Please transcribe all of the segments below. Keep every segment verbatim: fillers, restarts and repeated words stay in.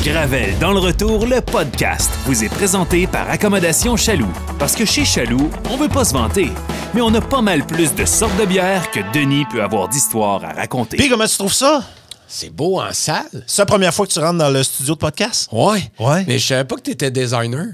Gravel dans le retour, le podcast, vous est présenté par Accommodation Chaloux. Parce que chez Chaloux, on veut pas se vanter, mais on a pas mal plus de sortes de bières que Denis peut avoir d'histoires à raconter. Puis comment tu trouves ça? C'est beau en salle. C'est la première fois que tu rentres dans le studio de podcast? Ouais. Ouais. Mais je savais pas que tu étais designer.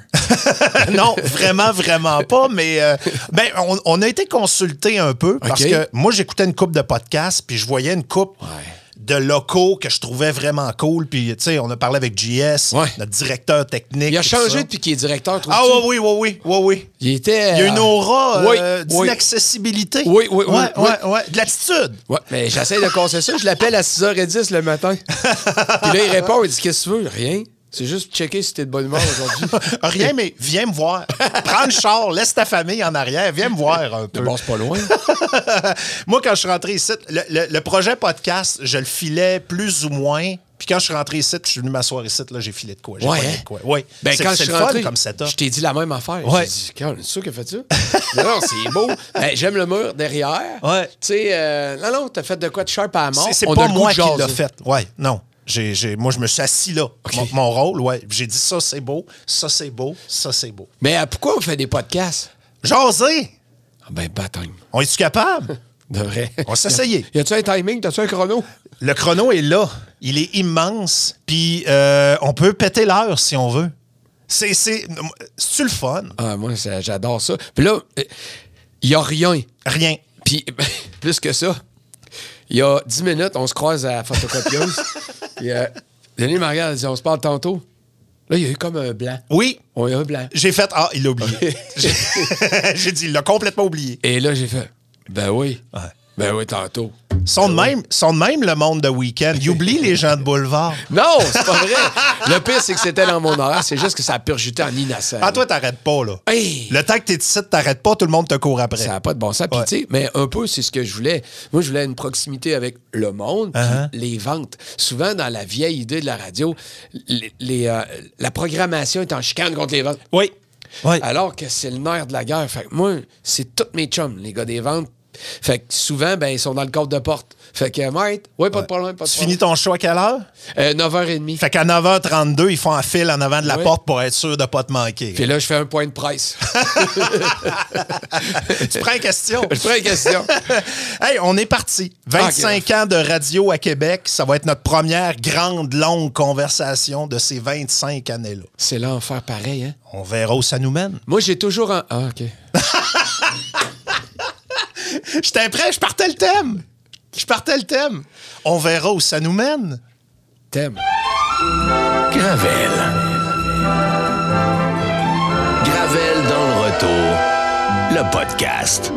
Non, vraiment, vraiment pas. Mais euh, ben, on, on a été consulté un peu parce OK. que moi, j'écoutais une couple de podcasts puis je voyais une couple Ouais. de locaux que je trouvais vraiment cool. Puis, tu sais, on a parlé avec J S, Ouais. notre directeur technique. Il a et tout changé ça. depuis qu'il est directeur, trouves-tu? Ah oui, oui, oui, oui, oui, oui. Il était... Il y a une aura oui, euh, oui. d'inaccessibilité. Oui, oui, oui, Ouais, oui. ouais, ouais. De l'attitude. Ouais, mais j'essaie de casser ça. Je l'appelle à six heures dix le matin. Puis là, il répond, il dit « Qu'est-ce que tu veux? » Rien. C'est juste checker si t'es de bonne humeur aujourd'hui. Rien, mais viens me voir. Prends le char, laisse ta famille en arrière, viens me voir un peu. Bon, c'est pas loin. Moi, quand je suis rentré ici, le, le- le projet podcast, je le filais plus ou moins. Puis quand je suis rentré ici, puis je suis venu m'asseoir ici, là, j'ai filé de quoi. J'ai Ouais, pogné hein? de quoi. Ouais. Ben, C'est- quand c'est je suis le fun rentré, comme setup. je t'ai dit la même affaire. Ouais. J'ai dit, Carl, c'est sûr qu'il a fait ça? non, non, c'est beau. Ben, j'aime le mur derrière. Ouais. Tu sais, euh, non, non, t'as fait de quoi de sharp à la mort. C'est, c'est On a pas le goût moi de qui jaser. l'a fait. Ouais, non. J'ai, j'ai, moi, je me suis assis là. Mon, mon rôle, ouais. J'ai dit ça, c'est beau, ça, c'est beau, ça, c'est beau. Mais euh, pourquoi on fait des podcasts? Jaser! Ah ben, baptême. On est-tu capable? De vrai. On s'est essayé. Y a-tu un timing? T'as-tu un chrono? Le chrono est là. Il est immense. Puis euh, on peut péter l'heure si on veut. C'est, c'est, c'est-tu le fun? Ah, moi, ça- j'adore ça. Puis là, il y a rien. Rien. Puis, plus que ça, il y a dix minutes, on se croise à la photocopieuse. Puis, euh, Denis me regarde, elle dit, on se parle tantôt. Là, il y a eu comme un blanc. Oui. On a eu un blanc. J'ai fait, ah, il l'a oublié. j'ai, j'ai dit, il l'a complètement oublié. Et là, j'ai fait, ben oui. Ouais. Ben oui, tantôt. Sont de même, sont de même le monde de week-end. Ils oublient les gens de boulevard. Non, c'est pas vrai. Le pire, c'est que c'était dans mon horaire. C'est juste que ça a perjuté en innocent. Ah, toi, t'arrêtes pas, là. Hey! Le temps que t'es ici, t'arrêtes pas, tout le monde te court après. Ça n'a pas de bon sens. Puis, Ouais. tu sais, mais un peu, c'est ce que je voulais. Moi, je voulais une proximité avec le monde, puis Uh-huh. les ventes. Souvent, dans la vieille idée de la radio, les, les, euh, la programmation est en chicane contre les ventes. Oui. Oui. Alors que c'est le nerf de la guerre. Fait que moi, c'est tous mes chums, les gars des ventes. Fait que souvent, ben, ils sont dans le cadre de porte. Fait que, Mike, ouais, pas de problème, pas de Tu problème. finis ton show à quelle heure? Euh, neuf heures trente. Fait qu'à neuf heures trente-deux, ils font un fil en avant de la Oui. porte pour être sûr de pas te manquer. Puis là, je fais un point de presse. Tu prends une question? Je prends une question. Hey, on est parti. vingt-cinq ans de radio à Québec. Ça va être notre première grande, longue conversation de ces vingt-cinq années-là. C'est l'enfer pareil, hein? On verra où ça nous mène. Moi, j'ai toujours un... Ah, OK. J'étais prêt, je partais le thème. Je partais le thème. On verra où ça nous mène. Thème. Gravel. Gravel dans le retour. Le podcast.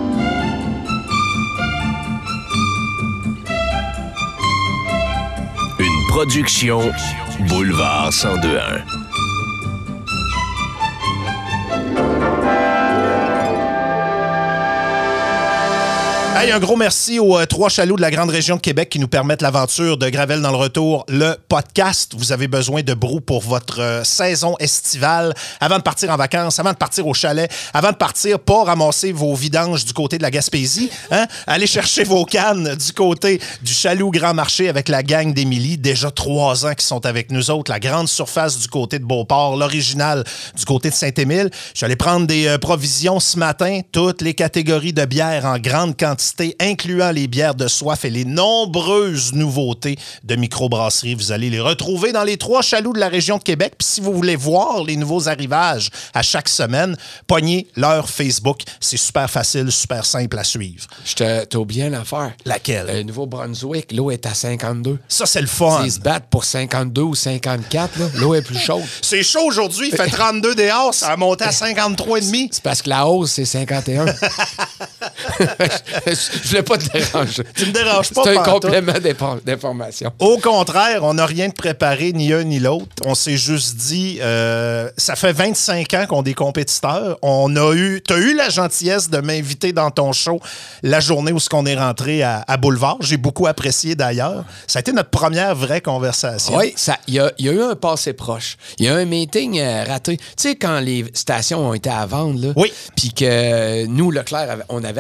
Une production Boulevard cent deux un. Hey, un gros merci aux euh, trois chaloux de la grande région de Québec qui nous permettent l'aventure de Gravel dans le retour, le podcast. Vous avez besoin de brou pour votre euh, saison estivale, avant de partir en vacances, avant de partir au chalet, avant de partir, pas ramasser vos vidanges du côté de la Gaspésie, hein? Allez chercher vos cannes du côté du Chaloux Grand Marché avec la gang d'Émilie. Déjà trois ans qui sont avec nous autres. La grande surface du côté de Beauport, l'original du côté de Saint-Émile. Je suis allé prendre des euh, provisions ce matin, toutes les catégories de bières en grande quantité, incluant les bières de soif et les nombreuses nouveautés de microbrasserie. Vous allez les retrouver dans les trois chaloux de la région de Québec. Puis si vous voulez voir les nouveaux arrivages à chaque semaine, pognez leur Facebook. C'est super facile, super simple à suivre. Je te- T'as oublié l'affaire. Laquelle? Euh, Nouveau-Brunswick, l'eau est à cinquante-deux. Ça, c'est le fun. S'ils se battent pour cinquante-deux ou cinquante-quatre, là, l'eau est plus chaude. C'est chaud aujourd'hui, il fait trente-deux dehors, ça a monté à cinquante-trois virgule cinq. C'est parce que la hausse, c'est cinquante et un. Je voulais pas te déranger. Tu me déranges pas, C'est un pantoute. complément d'infor- d'information. Au contraire, on n'a rien de préparé, ni un ni l'autre. On s'est juste dit, euh, ça fait vingt-cinq ans qu'on est des compétiteurs. On a eu, t'as eu la gentillesse de m'inviter dans ton show la journée où on est rentré à, à Boulevard. J'ai beaucoup apprécié d'ailleurs. Ça a été notre première vraie conversation. Oui, il y a, y a eu un passé proche. Il y a eu un meeting euh, raté. Tu sais, quand les stations ont été à vendre, là, Oui. puis que euh, nous, Leclerc, avait- on avait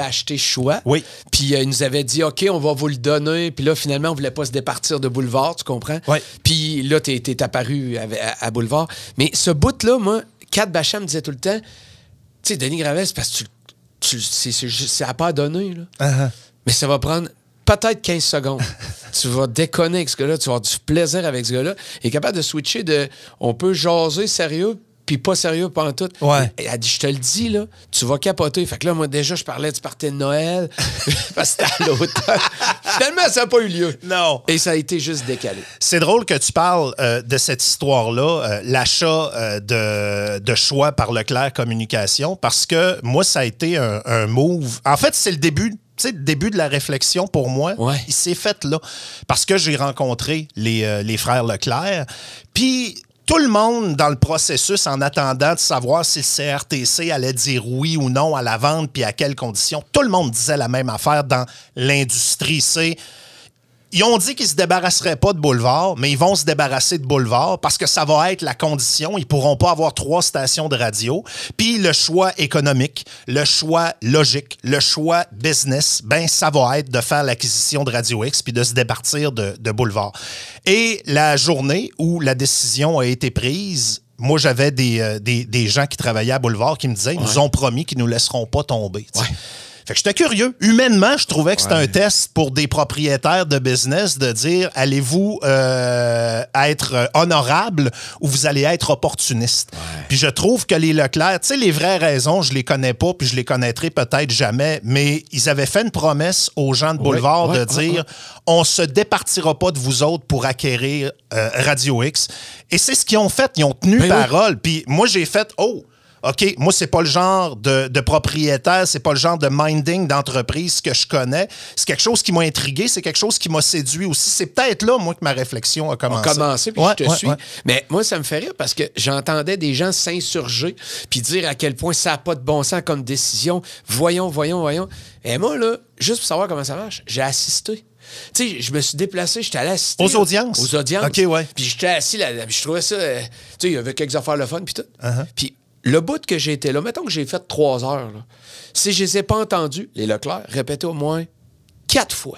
acheté Choix. Oui. Puis euh, ils nous avaient dit, OK, on va vous le donner. Puis là, finalement, on voulait pas se départir de Boulevard, tu comprends? Oui. Puis là, t'es, t'es apparu à, à, à Boulevard. Mais ce bout-là, moi, Kat Bacham me disait tout le temps, tu sais, Denis Gravel, c'est parce que tu, tu, c'est, c'est, c'est à pas donner, là. Uh-huh. Mais ça va prendre peut-être quinze secondes. Tu vas déconner avec ce gars-là, tu vas avoir du plaisir avec ce gars-là. Il est capable de switcher de on peut jaser sérieux puis pas sérieux pendant tout. Ouais. Elle dit, je te le dis, là, tu vas capoter. Fait que là, moi, déjà, je parlais du party de Noël parce que c'était à l'automne. Finalement, ça n'a pas eu lieu. Non. Et ça a été juste décalé. C'est drôle que tu parles euh, de cette histoire-là, euh, l'achat euh, de, de Choix par Leclerc Communication, parce que moi, ça a été un, un move. En fait, c'est le début. Tu sais, le début de la réflexion, pour moi, ouais. il s'est fait là. Parce que j'ai rencontré les, euh, les frères Leclerc. Puis, tout le monde, dans le processus, en attendant de savoir si le C R T C allait dire oui ou non à la vente, puis à quelles conditions, tout le monde disait la même affaire dans l'industrie. C'est... Ils ont dit qu'ils ne se débarrasseraient pas de Boulevard, mais ils vont se débarrasser de Boulevard parce que ça va être la condition. Ils ne pourront pas avoir trois stations de radio. Puis le choix économique, le choix logique, le choix business, ben ça va être de faire l'acquisition de Radio X puis de se départir de, de Boulevard. Et la journée où la décision a été prise, moi, j'avais des, euh, des, des gens qui travaillaient à Boulevard qui me disaient, ils ouais. nous ont promis qu'ils ne nous laisseront pas tomber. Ouais. Fait que j'étais curieux. Humainement, je trouvais que c'était ouais. un test pour des propriétaires de business de dire, allez-vous euh, être honorable ou vous allez être opportuniste? Ouais. Puis je trouve que les Leclerc, tu sais, les vraies raisons, je les connais pas puis je les connaîtrai peut-être jamais, mais ils avaient fait une promesse aux gens de Boulevard ouais, ouais, de dire, ouais, ouais. on se départira pas de vous autres pour acquérir euh, Radio X. Et c'est ce qu'ils ont fait. Ils ont tenu ben parole. Oui. Puis moi, j'ai fait, oh... OK, moi, c'est pas le genre de, de propriétaire, c'est pas le genre de minding d'entreprise que je connais. C'est quelque chose qui m'a intrigué, c'est quelque chose qui m'a séduit aussi. C'est peut-être là, moi, que ma réflexion a commencé. A commencé, puis ouais, je te ouais, suis. Ouais. Mais moi, ça me fait rire parce que j'entendais des gens s'insurger puis dire à quel point ça n'a pas de bon sens comme décision. Voyons, voyons, voyons. Et moi, là, juste pour savoir comment ça marche, j'ai assisté. Tu sais, je me suis déplacé, j'étais allé assister. Aux audiences? Aux audiences. OK, ouais. Puis j'étais assis là, puis je trouvais ça... Euh, tu sais, il y avait quelques affaires le fun, puis tout. Uh-huh. Puis le bout que j'ai été là, mettons que j'ai fait trois heures, là, si je les ai pas entendus, les Leclerc, répétaient au moins quatre fois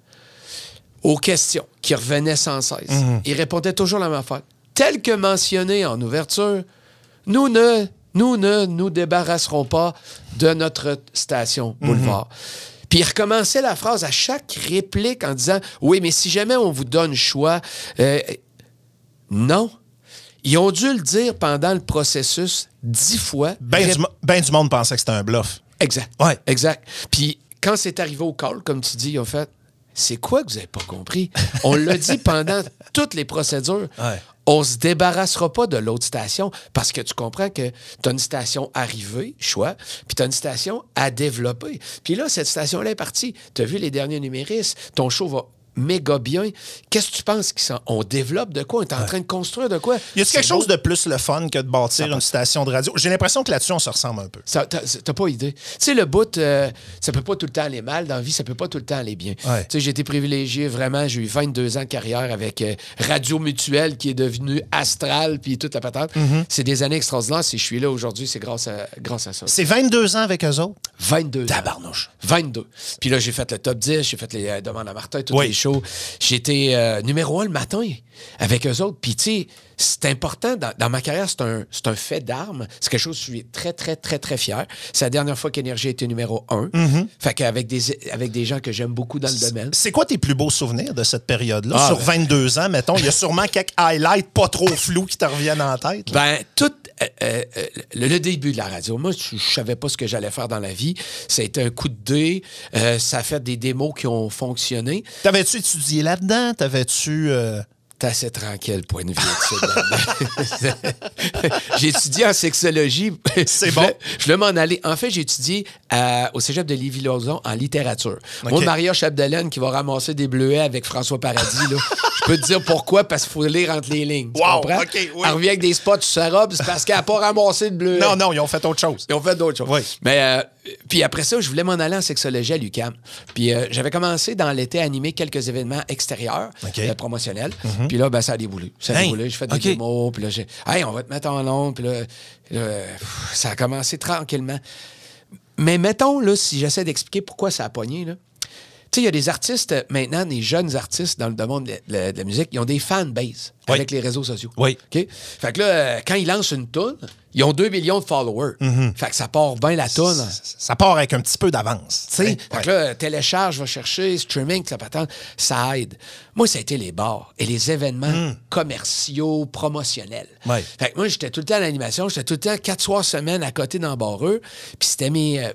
aux questions qui revenaient sans cesse. Mm-hmm. Ils répondaient toujours la même affaire. Tel que mentionné en ouverture, nous ne nous, ne, nous débarrasserons pas de notre station Boulevard. Mm-hmm. Puis il recommençait la phrase à chaque réplique en disant « Oui, mais si jamais on vous donne choix... Euh, » Non. Ils ont dû le dire pendant le processus dix fois. Ben, Rép- du, ben du monde pensait que c'était un bluff. Exact. Ouais. Exact. Puis quand c'est arrivé au call, comme tu dis, ils ont fait « C'est quoi que vous n'avez pas compris? » On l'a dit pendant toutes les procédures. Ouais. On ne se débarrassera pas de l'autre station parce que tu comprends que tu as une station arrivée, choix, puis tu as une station à développer. Puis là, cette station-là est partie. Tu as vu les derniers numéristes, ton show va méga bien. Qu'est-ce que tu penses qu'ils sont? On développe de quoi? On est en ouais. train de construire de quoi? Y a-t-il quelque beau? chose de plus le fun que de bâtir une station de radio? J'ai l'impression que là-dessus, on se ressemble un peu. Ça, t'as, t'as pas idée. Tu sais, le bout, euh, ça peut pas tout le temps aller mal. Dans la vie, ça peut pas tout le temps aller bien. Ouais. Tu sais, j'ai été privilégié, vraiment. J'ai eu vingt-deux ans de carrière avec euh, Radio Mutuelle qui est devenue Astral puis toute la patate. Mm-hmm. C'est des années extraordinaires. Si je suis là aujourd'hui, c'est grâce à, grâce à ça. C'est vingt-deux ans avec eux autres? vingt-deux Tabarnouche. vingt-deux. Puis là, j'ai fait le top dix, j'ai fait les euh, demandes à Martin, toutes oui. les shows. J'ai été euh, numéro un le matin avec eux autres. Puis, tu sais, c'est important. Dans, dans ma carrière, c'est un, c'est un fait d'armes. C'est quelque chose dont je suis très, très, très, très fier. C'est la dernière fois qu'Énergie a été numéro un. Mm-hmm. Fait qu'avec des, avec des gens que j'aime beaucoup dans le domaine. C'est quoi tes plus beaux souvenirs de cette période-là? Ah, Sur ben... vingt-deux ans, mettons, il y a sûrement quelques highlights pas trop flous qui te reviennent en tête. Là. Ben, tout euh, euh, le, le début de la radio. Moi, je, je savais pas ce que j'allais faire dans la vie. Ça a été un coup de dé. Euh, ça a fait des démos qui ont fonctionné. T'avais-tu étudié là-dedans? T'avais-tu... Euh... T'es assez tranquille, point de vue. J'ai étudié en sexologie. C'est je bon. Voulais, je voulais m'en aller. En fait, j'ai étudié à, au cégep de Lévis-Lauzon en littérature. Okay. Moi, Maria Chapdelaine qui va ramasser des bleuets avec François Paradis, là, je peux te dire pourquoi, parce qu'il faut lire entre les lignes. Tu wow, comprends? Okay, oui. Elle revient avec des spots sur sa robe, c'est parce qu'elle n'a pas ramassé de bleuets. Non, non, ils ont fait autre chose. Ils ont fait d'autres choses. Oui. Mais euh, puis après ça, je voulais m'en aller en sexologie à l'U Q A M. Puis euh, j'avais commencé dans l'été à animer quelques événements extérieurs, okay. euh, promotionnels. Mm-hmm. Puis là, ben, ça a déboulé. Ça a hey, déboulé. J'ai fait des okay. démos. Puis là, j'ai hey, on va te mettre en ondes. Puis là, là, ça a commencé tranquillement. mais mettons, là, si j'essaie d'expliquer pourquoi ça a pogné, là. Tu sais, il y a des artistes, maintenant, des jeunes artistes dans le domaine de la, de la musique, ils ont des fanbases oui. avec les réseaux sociaux. Oui. OK? Fait que là, quand ils lancent une toune, ils ont deux millions de followers. Mm-hmm. Fait que ça part bien la toune. Ça, ça part avec un petit peu d'avance. Tu sais? Ouais. Fait que là, télécharge, va chercher, streaming, ça patente, ça aide. Moi, ça a été les bars et les événements mm. commerciaux, promotionnels. Oui. Fait que moi, j'étais tout le temps à l'animation, j'étais tout le temps quatre soirs semaine à côté dans Barreux, puis c'était mes... Euh,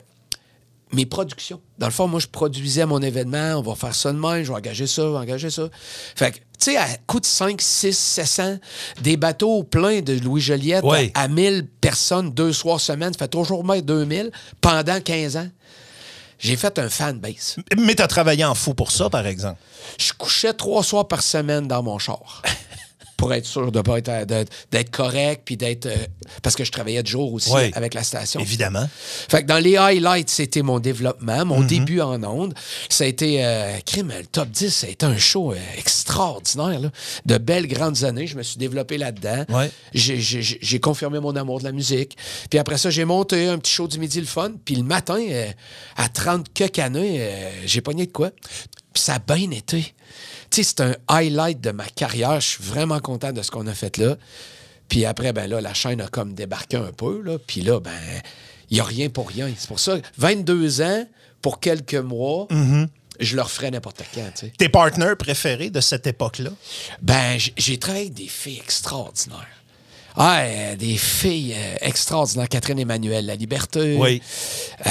mes productions. Dans le fond, moi, je produisais mon événement, on va faire ça de même, je vais engager ça, je vais engager ça. Fait que, tu sais, à coût de cinq, six, sept cents, des bateaux pleins de Louis Joliette oui. à mille personnes, deux soirs semaine, ça fait toujours moins deux mille pendant quinze ans. J'ai fait un fanbase. Mais tu as travaillé en fou pour ça, par exemple. Je couchais trois soirs par semaine dans mon char. Pour être sûr de pas être, de, d'être correct, puis d'être... Euh, parce que je travaillais de jour aussi oui, avec la station. Évidemment. Fait que dans les highlights, c'était mon développement, mon mm-hmm. début en ondes. Ça a été... Euh, crime, le top dix, ça a été un show euh, extraordinaire, là. De belles grandes années. Je me suis développé là-dedans. Ouais. J'ai, j'ai, j'ai confirmé mon amour de la musique. Puis après ça, j'ai monté un petit show du midi le fun. Puis le matin, euh, à trente quelques années, euh, j'ai pogné de quoi. Puis ça a bien été. Tu sais, c'est un highlight de ma carrière. Je suis vraiment content de ce qu'on a fait là. Puis après, ben là, la chaîne a comme débarqué un peu, là. Puis là, ben, il n'y a rien pour rien. C'est pour ça, vingt-deux ans, pour quelques mois, mm-hmm. je le referais n'importe quand, tu sais. Tes partenaires préférés de cette époque-là? Ben, j'ai, j'ai travaillé avec des filles extraordinaires. Ah, euh, des filles euh, extraordinaires. Catherine Emmanuel, La Liberté. Oui. Euh,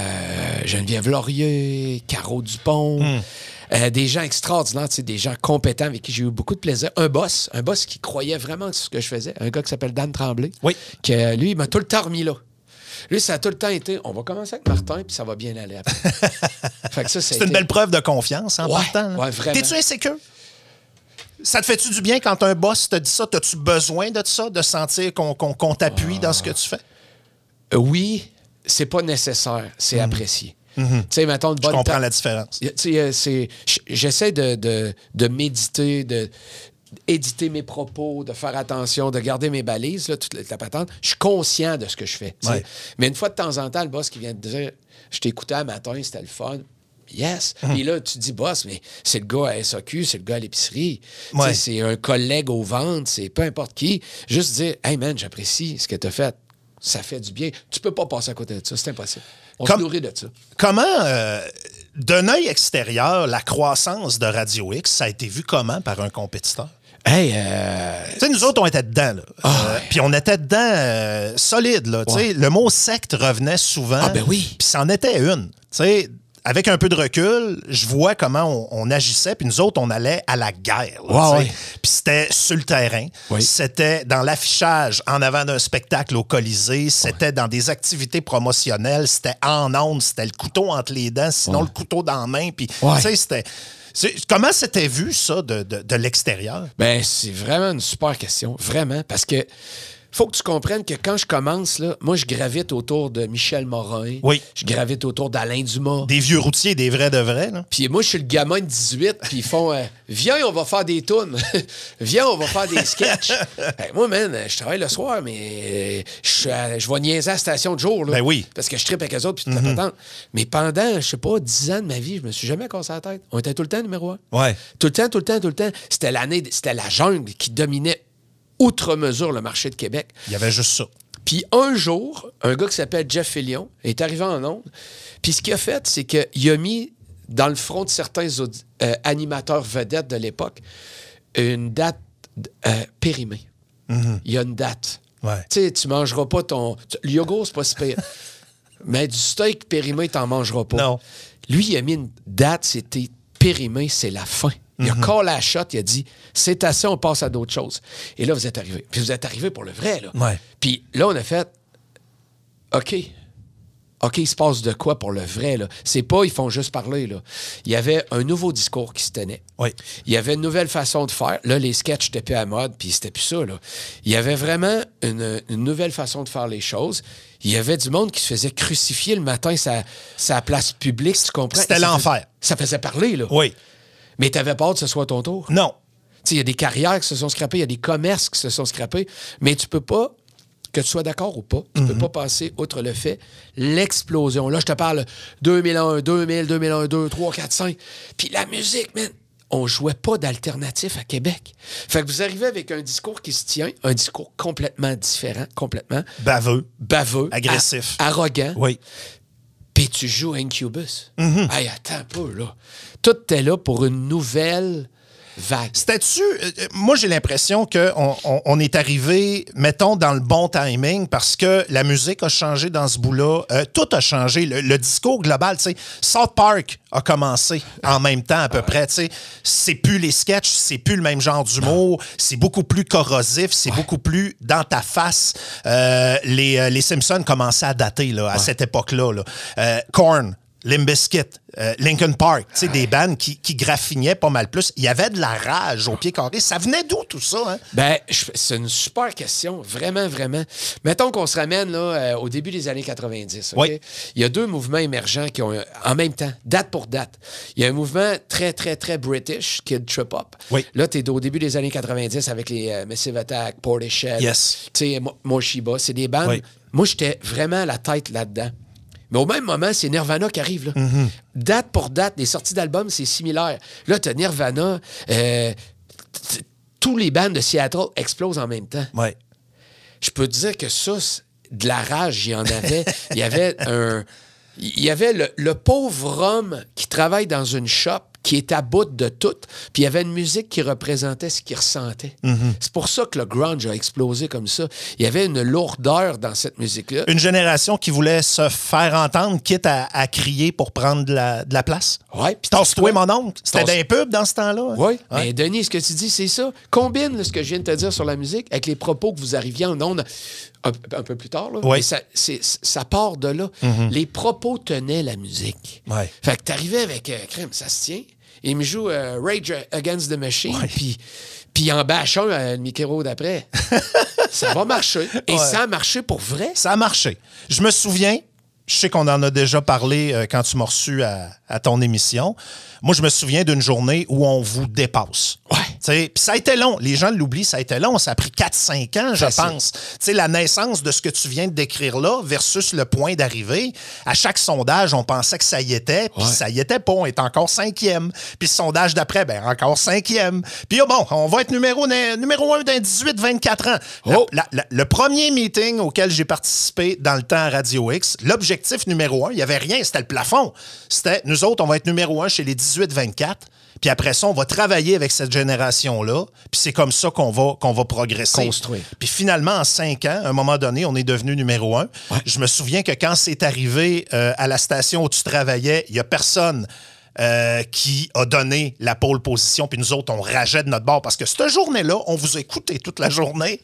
Geneviève Laurier, Caro Dupont. Mm. Euh, des gens extraordinaires, des gens compétents avec qui j'ai eu beaucoup de plaisir. Un boss, un boss qui croyait vraiment sur ce que je faisais. Un gars qui s'appelle Dan Tremblay. Oui. Qui, euh, lui, il m'a tout le temps remis là. Lui, ça a tout le temps été, on va commencer avec Martin, puis ça va bien aller après. Fait que ça, c'est été... une belle preuve de confiance en ouais, partant. Ouais, vraiment. T'es-tu insécure? Ça te fait-tu du bien quand un boss te dit ça? T'as-tu besoin de ça, de sentir qu'on, qu'on, qu'on t'appuie ah. dans ce que tu fais? Euh, oui, c'est pas nécessaire, c'est mmh. apprécié. Mm-hmm. Tu sais, mettons, de bonne Je comprends ta... la différence. Tu sais, c'est... J'essaie de, de, de méditer, de éditer mes propos, de faire attention, de garder mes balises, là, toute la patente. Je suis conscient de ce que je fais. Ouais. Mais une fois de temps en temps, le boss qui vient te dire « Je t'écoutais un matin, c'était le fun. » Yes. Mm-hmm. Puis là, tu te dis, boss, mais c'est le gars à S A Q, c'est le gars à l'épicerie. Ouais. C'est un collègue aux ventes, c'est peu importe qui. Juste dire « Hey man, j'apprécie ce que tu as fait. Ça fait du bien. » Tu peux pas passer à côté de ça, c'est impossible. On Comme, se nourrit de ça. Comment, euh, d'un œil extérieur, la croissance de Radio X, ça a été vu comment par un compétiteur? Hey, euh... Tu sais, nous autres, on était dedans, là. Oh, euh, ouais. Puis on était dedans euh, solide, là. Tu sais, le mot secte revenait souvent. Ah, ben oui. Puis c'en était une. Tu sais, avec un peu de recul, je vois comment on, on agissait, puis nous autres, on allait à la guerre. Là, ouais, ouais. Puis c'était sur le terrain, oui. C'était dans l'affichage en avant d'un spectacle au Colisée, c'était ouais. dans des activités promotionnelles, c'était en ondes, c'était le couteau entre les dents, sinon ouais. le couteau dans la main, puis ouais. tu sais, c'était... C'est, comment c'était vu, ça, de, de, de l'extérieur? Bien, c'est vraiment une super question, vraiment, parce que faut que tu comprennes que quand je commence, là, moi, je gravite autour de Michel Morin. Oui. Je gravite autour d'Alain Dumas. Des vieux routiers, des vrais de vrais, là. Puis moi, je suis le gamin de dix-huit, puis ils font euh, « Viens, on va faire des tunes. Viens, on va faire des sketchs. » Ben, moi, man, je travaille le soir, mais je, euh, je vais niaiser à la station de jour, là. Ben oui. Parce que je trippe avec eux autres, puis tout mm-hmm. Mais pendant, je sais pas, dix ans de ma vie, je me suis jamais cassé la tête. On était tout le temps numéro un. Ouais. Tout le temps, tout le temps, tout le temps. C'était l'année, c'était la jungle qui dominait outre mesure le marché de Québec. Il y avait juste ça. Puis un jour, un gars qui s'appelle Jeff Fillion est arrivé en ondes. Puis ce qu'il a fait, c'est qu'il a mis dans le front de certains audi- euh, animateurs vedettes de l'époque une date euh, périmée. Mm-hmm. Il y a une date. Ouais. Tu sais, tu mangeras pas ton... Le yogourt, c'est pas si pire. Mais du steak périmé, t'en mangeras pas. Non. Lui, il a mis une date, c'était périmé, c'est la fin. Il a mm-hmm. call la shot, il a dit « C'est assez, on passe à d'autres choses. » Et là, vous êtes arrivés. Puis vous êtes arrivés pour le vrai, là. Ouais. Puis là, on a fait « OK. OK, il se passe de quoi pour le vrai, là? C'est pas, ils font juste parler, là. » Il y avait un nouveau discours qui se tenait. Oui. Il y avait une nouvelle façon de faire. Là, les sketchs étaient plus à la mode, puis c'était plus ça, là. Il y avait vraiment une, une nouvelle façon de faire les choses. Il y avait du monde qui se faisait crucifier le matin sa, sa place publique, tu comprends? C'était l'enfer. Ça faisait parler, là. Oui. Mais t'avais peur que ce soit ton tour? Non. Il y a des carrières qui se sont scrappées, il y a des commerces qui se sont scrappés, mais tu peux pas que tu sois d'accord ou pas, tu ne mm-hmm. peux pas passer outre le fait, l'explosion. Là, je te parle deux mille un, deux mille, deux mille un, deux, trois, quatre, cinq. Puis la musique, man, on jouait pas d'alternatif à Québec. Fait que vous arrivez avec un discours qui se tient, un discours complètement différent, complètement... Baveux. Baveux. Agressif. A- arrogant. Oui. Puis tu joues Incubus. Mm-hmm. Hey, attends un peu, là. Tout est là pour une nouvelle... vague. C'était-tu... Euh, moi, j'ai l'impression qu'on on, on est arrivé, mettons, dans le bon timing parce que la musique a changé dans ce bout-là. Euh, tout a changé. Le, le discours global, tu sais, South Park a commencé en même temps à peu près, tu sais. C'est plus les sketchs, c'est plus le même genre d'humour, c'est beaucoup plus corrosif, c'est ouais. beaucoup plus dans ta face. Euh, les, euh, les Simpsons commençaient à dater là, à ouais. cette époque-là. Là. Euh, Korn, Limp Bizkit, euh, Linkin Park, tu sais, des bandes qui, qui graffignaient pas mal plus. Il y avait de la rage au pied carré. Ça venait d'où, tout ça? Hein? Ben, je, c'est une super question. Vraiment, vraiment. Mettons qu'on se ramène là, euh, au début des années quatre-vingt-dix. Okay? Oui. Il y a deux mouvements émergents qui ont, en même temps, date pour date. Il y a un mouvement très, très, très British, qui est le trip-hop. Oui. Là, tu es au début des années quatre-vingt-dix avec les euh, Massive Attack, Portishead, yes. tu sais, Morshiba. C'est des bandes. Oui. Moi, j'étais vraiment la tête là-dedans. Mais au même moment, c'est Nirvana qui arrive. Là. Mm-hmm. Date pour date, les sorties d'albums, c'est similaire. Là, tu as Nirvana. Euh, tous les bands de Seattle explosent en même temps. Ouais. Je peux te dire que ça, de la rage, il y en avait. Il y avait un... Il y avait le, le pauvre homme qui travaille dans une shop qui est à bout de tout, puis il y avait une musique qui représentait ce qu'il ressentait. Mm-hmm. C'est pour ça que le grunge a explosé comme ça. Il y avait une lourdeur dans cette musique-là. Une génération qui voulait se faire entendre, quitte à, à crier pour prendre de la, de la place. Oui. Tasse-toi, mon oncle. C'était d'un pub dans ce temps-là. Hein? Oui. Ouais. Mais Denis, ce que tu dis, c'est ça. Combine là, ce que je viens de te dire sur la musique avec les propos que vous arriviez en ondes un, un peu plus tard. Là. Oui. Mais ça, c'est, ça part de là. Mm-hmm. Les propos tenaient la musique. Oui. Fait que t'arrivais avec euh, crème, ça se tient. Il me joue euh, Rage Against the Machine, ouais. puis puis en bâche un euh, le micro d'après. Ça va marcher. Et ouais. ça a marché pour vrai. Ça a marché. Je me souviens, je sais qu'on en a déjà parlé euh, quand tu m'as reçu à, à ton émission. Moi, je me souviens d'une journée où on vous dépasse. Ouais. Puis ça a été long. Les gens l'oublient, ça a été long. Ça a pris quatre cinq ans, je Facile. pense. T'sais, la naissance de ce que tu viens de décrire là versus le point d'arrivée. À chaque sondage, on pensait que ça y était, puis ouais. ça y était pas. On est encore cinquième. Puis le sondage d'après, ben encore cinquième. Puis oh, bon, on va être numéro, numéro un d'un dix-huit vingt-quatre ans. Oh. La, la, le premier meeting auquel j'ai participé dans le temps à Radio X, l'objectif numéro un, il n'y avait rien, c'était le plafond. C'était, nous autres, on va être numéro un chez les dix-huit vingt-quatre. Puis après ça, on va travailler avec cette génération-là. Puis c'est comme ça qu'on va, qu'on va progresser. Construire. Puis finalement, en cinq ans, à un moment donné, on est devenu numéro un. Ouais. Je me souviens que quand c'est arrivé euh, à la station où tu travaillais, il n'y a personne euh, qui a donné la pole position. Puis nous autres, on rageait de notre bord parce que cette journée-là, on vous a écouté toute la journée.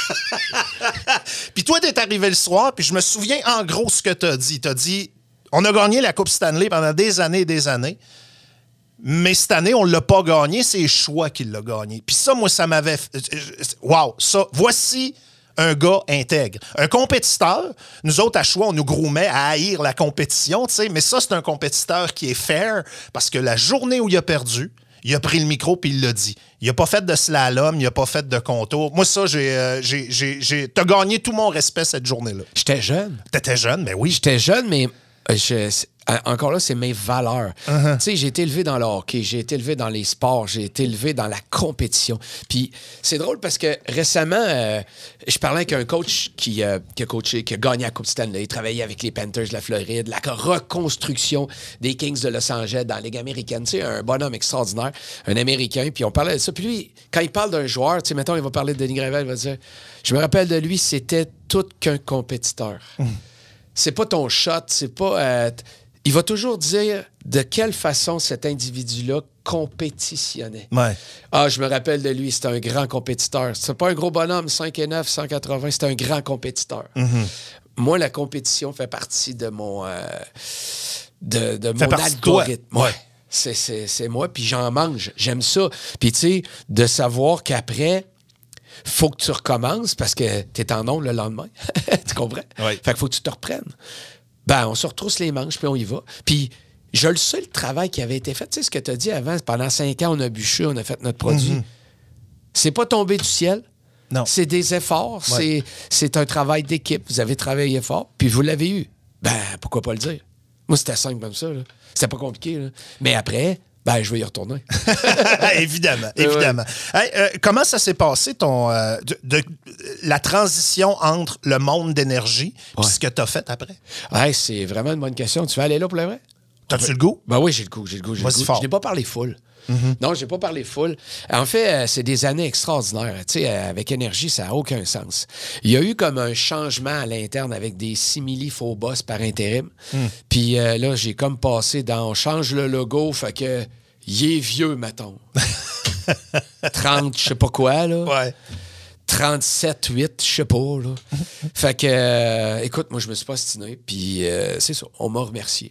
Puis toi, t'es arrivé le soir, puis je me souviens en gros ce que t'as dit. T'as dit, on a gagné la Coupe Stanley pendant des années et des années. Mais cette année, on ne l'a pas gagné, c'est Choix qui l'a gagné. Puis ça, moi, ça m'avait... Wow, ça, voici un gars intègre. Un compétiteur, nous autres, à Choix, on nous groumait à haïr la compétition, tu sais, mais ça, c'est un compétiteur qui est fair parce que la journée où il a perdu, il a pris le micro puis il l'a dit. Il n'a pas fait de slalom, il n'a pas fait de contour. Moi, ça, j'ai, euh, j'ai, j'ai, j'ai... t'as gagné tout mon respect cette journée-là. J'étais jeune. T'étais jeune, mais oui. J'étais jeune, mais... Je... Encore là, c'est mes valeurs. Uh-huh. Tu sais, j'ai été élevé dans le hockey, j'ai été élevé dans les sports, j'ai été élevé dans la compétition. Puis c'est drôle parce que récemment, euh, je parlais avec un coach qui, euh, qui a coaché, qui a gagné la Coupe Stanley, il travaillait avec les Panthers de la Floride, la reconstruction des Kings de Los Angeles dans la Ligue américaine. Tu sais, un bonhomme extraordinaire, un Américain. Puis on parlait de ça. Puis lui, quand il parle d'un joueur, tu sais, mettons, il va parler de Denis Gravel, il va dire, je me rappelle de lui, c'était tout qu'un compétiteur. Mm. C'est pas ton shot, c'est pas... Euh, il va toujours dire de quelle façon cet individu-là compétitionnait. Ouais. Ah, je me rappelle de lui, c'est un grand compétiteur. C'est pas un gros bonhomme, cinq et neuf, cent quatre-vingts, c'est un grand compétiteur. Mm-hmm. Moi, la compétition fait partie de mon, euh, de, de mon algorithme. Ouais. C'est, c'est, c'est moi, puis j'en mange. J'aime ça. Puis tu sais, de savoir qu'après... faut que tu recommences parce que tu es en onde le lendemain. Tu comprends? Oui. Fait qu'il faut que tu te reprennes. Ben, on se retrousse les manches, puis on y va. Puis, je le sais, le travail qui avait été fait. Tu sais, ce que tu as dit avant, pendant cinq ans, on a bûché, on a fait notre produit. Mm-hmm. C'est pas tombé du ciel. Non. C'est des efforts, Ouais. c'est, c'est un travail d'équipe. Vous avez travaillé fort, puis vous l'avez eu. Ben, pourquoi pas le dire? Moi, c'était simple comme ça. Là. C'était pas compliqué. Là. Mais après, ben, je vais y retourner. évidemment, évidemment. Hey, euh, comment ça s'est passé, ton euh, de, de- la transition entre le monde d'énergie et Ouais. ce que tu as fait après? Ouais, c'est vraiment une bonne question. Tu veux aller là pour le vrai? T'as-tu le goût? Ben oui, j'ai le goût, j'ai le goût, j'ai le Vas-y goût. fort. Je n'ai pas parlé full. Non, je n'ai pas parlé full. En fait, euh, c'est des années extraordinaires. Tu sais, euh, avec énergie, ça n'a aucun sens. Il y a eu comme un changement à l'interne avec des simili faux boss par intérim. Puis euh, là, j'ai comme passé dans on change le logo, fait que il est vieux, mettons. trente, je sais pas quoi, là. Ouais. trente-sept, huit, je sais pas, là. Fait que, euh, écoute, moi, je me suis pas stiné, puis euh, c'est ça, on m'a remercié.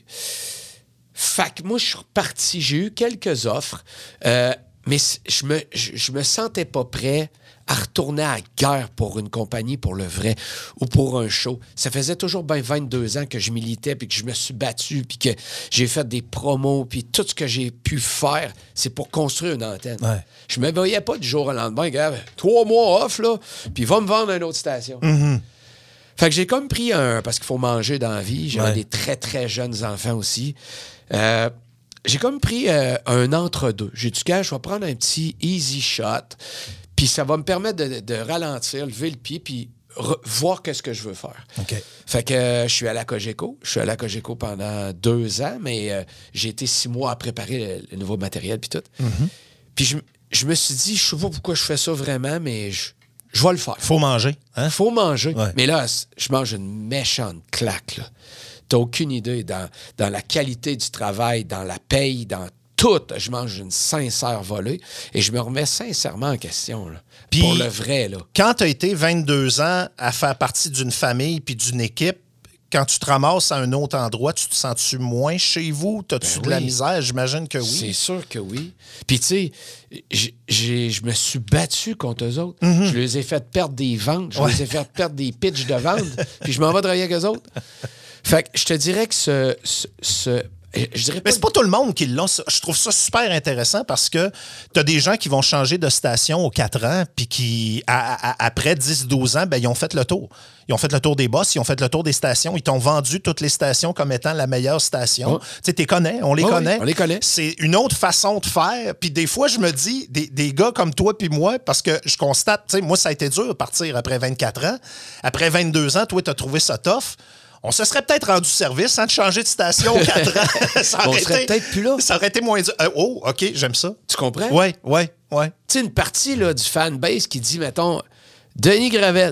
Fait que moi, je suis reparti, j'ai eu quelques offres, euh, mais c- je me, je, je me sentais pas prêt à retourner à la guerre pour une compagnie, pour le vrai, ou pour un show. Ça faisait toujours bien vingt-deux ans que je militais, puis que je me suis battu, puis que j'ai fait des promos, puis tout ce que j'ai pu faire, c'est pour construire une antenne. Ouais. Je me voyais pas du jour au lendemain, gars, trois mois off, là, puis va me vendre une autre station. Fait que j'ai comme pris un... Parce qu'il faut manger dans la vie. J'avais Ouais. des très, très jeunes enfants aussi. Euh, j'ai comme pris euh, un entre-deux. J'ai dit, gars, je vais prendre un petit easy shot, puis ça va me permettre de, de ralentir, lever le pied, puis re- voir qu'est-ce que je veux faire. OK. Fait que euh, je suis à la Cogeco. Je suis à la Cogeco pendant deux ans, mais euh, j'ai été six mois à préparer le, le nouveau matériel, puis tout. Puis je, je me suis dit, je sais pas pourquoi je fais ça vraiment, mais je, je vais le faire. Faut manger. Hein? Faut manger. Ouais. Mais là, c- je mange une méchante claque. Là. T'as aucune idée dans, dans la qualité du travail, dans la paye, dans tout. Je mange une sincère volée et je me remets sincèrement en question. Là. Puis- Pour le vrai, là. Quand tu as été vingt-deux ans à faire partie d'une famille puis d'une équipe, quand tu te ramasses à un autre endroit, tu te sens-tu moins chez vous? T'as-tu Ben de la oui. misère? J'imagine que C'est oui. sûr que oui. Puis, tu sais, j'ai- j'ai- je me suis battu contre eux autres. Je les ai fait perdre des ventes. Je Mm-hmm. Ouais. les ai fait perdre des pitchs de vente. Puis, je m'en vais travailler avec eux autres. Fait que je te dirais que ce... ce, ce- je dirais pas Mais c'est pas tout le monde qui l'a. ça. Je trouve ça super intéressant parce que tu as des gens qui vont changer de station aux quatre ans puis qui, à- à- après dix douze ans, ben, ils ont fait le tour. Ils ont fait le tour des boss, ils ont fait le tour des stations. Ils t'ont vendu toutes les stations comme étant la meilleure station. Ouais. Tu sais, tu les connais, on les Ouais, connaît. oui, on les connaît. C'est une autre façon de faire. Puis des fois, je me dis, des, des gars comme toi puis moi, parce que je constate, tu sais, moi, ça a été dur de partir après vingt-quatre ans. Après vingt-deux ans, toi, tu as trouvé ça tough. On se serait peut-être rendu service hein, de changer de station aux quatre ans. Ça On aurait serait été- peut-être plus là. Ça aurait été moins dur. Euh, oh, OK, j'aime ça. Tu comprends? Oui, oui, oui. Tu sais, une partie là, du fanbase qui dit, mettons, Denis Gravel,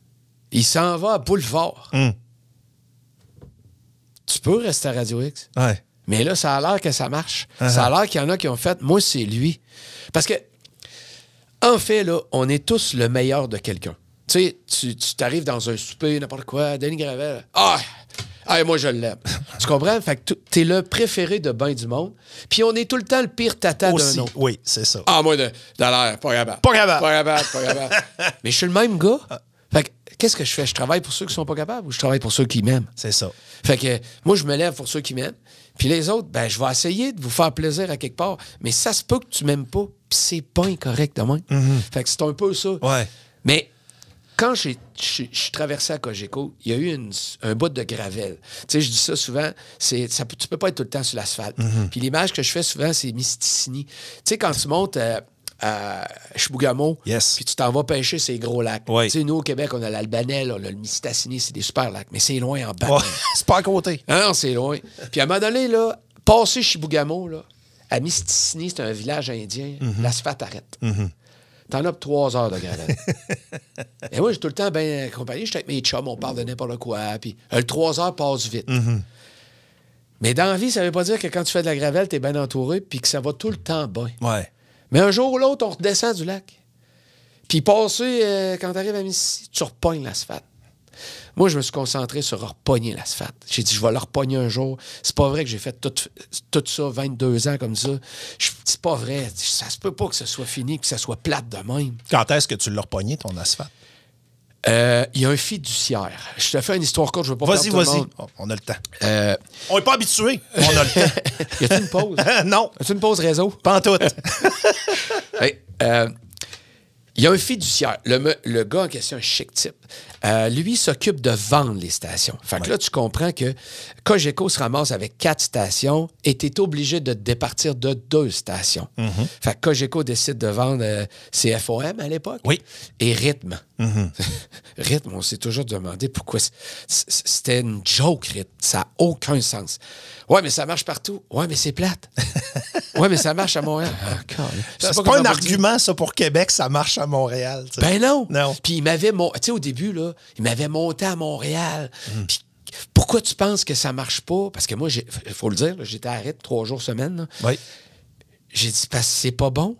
il s'en va à Boulevard. Mm. Tu peux rester à Radio X. Ouais. Mais là, ça a l'air que ça marche. Uh-huh. Ça a l'air qu'il y en a qui ont fait, moi, c'est lui. Parce que, en fait, là, on est tous le meilleur de quelqu'un. Tu sais, tu tu t'arrives dans un souper, n'importe quoi, Denis Gravel. Ah! Ah, moi, je l'aime. Tu comprends? Fait que tu- t'es le préféré de ben du monde. Puis on est tout le temps le pire tata d'un Aussi, autre. oui, c'est ça. Ah, moi, de, de l'air, pas capable. Pas capable. Pas capable, pas capable. Mais je suis le même gars. Fait que, qu'est-ce que je fais? Je travaille pour ceux qui sont pas capables ou je travaille pour ceux qui m'aiment? C'est ça. Fait que, moi, je me lève pour ceux qui m'aiment. Puis les autres, ben, je vais essayer de vous faire plaisir à quelque part. Mais ça se peut que tu m'aimes pas. Puis c'est pas incorrect de même. Fait que c'est un peu ça. Ouais. Mais quand j'ai- je je suis traversé à Cogeco, il y a eu une- un bout de gravel. Tu sais, je dis ça souvent, c'est, ça, peut- tu peux pas être tout le temps sur l'asphalte. Puis l'image que je fais souvent, c'est Mysticini. Tu sais, quand tu montes euh, à Chibougamau, Yes. puis tu t'en vas pêcher ces gros lacs. Oui. Tu sais, nous, au Québec, on a l'Albanais, on a le Mistassini, c'est des super lacs, mais c'est loin en bas. Ouais, c'est pas à côté. Ah non, c'est loin. Puis à un moment donné, là, passer Chibougamau, là, à Mysticini, c'est un village indien, l'asphalte arrête. T'en as pour trois heures de gravel. Et moi, j'ai tout le temps bien accompagné. J'étais avec mes chums, on parle de n'importe quoi. Puis euh, le trois heures passe vite. Mais dans la vie, ça veut pas dire que quand tu fais de la gravelle, t'es bien entouré puis que ça va tout le temps bien. Ouais. Mais un jour ou l'autre, on redescend du lac. Puis passer, euh, quand t'arrives à Mississippi, tu repognes l'asphalte. Moi, je me suis concentré sur repogner l'asphalte. J'ai dit, je vais le repogner un jour. C'est pas vrai que j'ai fait tout, tout ça vingt-deux ans comme ça. Je- C'est pas vrai. Ça se peut pas que ce soit fini, que ça soit plate de même. Quand est-ce que tu l'as repogné, ton asphalte? Euh, Il y a un fiduciaire. Je te fais une histoire courte, je veux pas Vas-y, perdre tout le vas-y. monde. Oh, on a le temps. Euh, On n'est pas habitué. On a le temps. y a-tu une pause? non, Y a-tu une pause réseau? pas en tout. Hey, euh, Il y a un fiduciaire. Le, le gars en question, un chic type. Euh, lui s'occupe de vendre les stations. Fait que ouais. là, tu comprends que Cogeco se ramasse avec quatre stations et tu es obligé de te départir de deux stations. Mm-hmm. Fait que Cogeco décide de vendre euh, C F O M à l'époque oui. et Rythme. Mm-hmm. Rythme, on s'est toujours demandé pourquoi. C'était une joke, Rythme. Ça n'a aucun sens. Ouais, mais ça marche partout. Ouais, mais c'est plate. Ouais, mais ça marche à Montréal. Ah, c'est pas, pas un argument, ça, pour Québec, ça marche à Montréal. T'sais. Ben non. non. Puis il m'avait... Mon... Tu sais, au début, là, il m'avait monté à Montréal. Mm. Puis pourquoi tu penses que ça marche pas? Parce que moi, il faut le dire, là, j'étais à Rythme trois jours semaine. Là. Oui. J'ai dit, parce que c'est pas bon.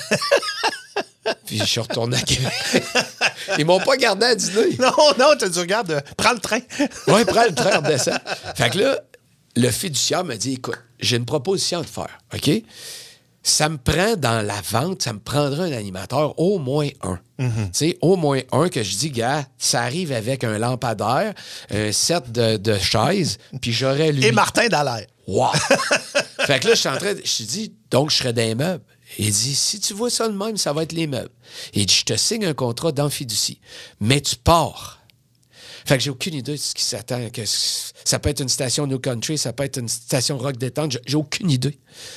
Puis je suis retourné à Québec. Ils m'ont pas gardé à dîner. Non, non, tu as dit, regarde, euh, prends le train. Oui, prends le train, redescends. Fait que là, le fiduciaire m'a dit, écoute, j'ai une proposition à te faire, OK? Ça me prend dans la vente, ça me prendra un animateur, au moins un. Mm-hmm. Tu sais, au moins un que je dis, gars, ça arrive avec un lampadaire, un set de, de chaises, puis j'aurais lui. Et Martin Dallaire. Wow! Fait que là, je suis en train de... Je te dis, donc, je serais dans les meubles. Il dit, si tu vois ça de même, ça va être les meubles. Il dit, je te signe un contrat dans fiducie, mais tu pars. Fait que j'ai aucune idée de ce qui s'attend. Que ça peut être une station New Country, ça peut être une station rock détente. J'ai aucune idée.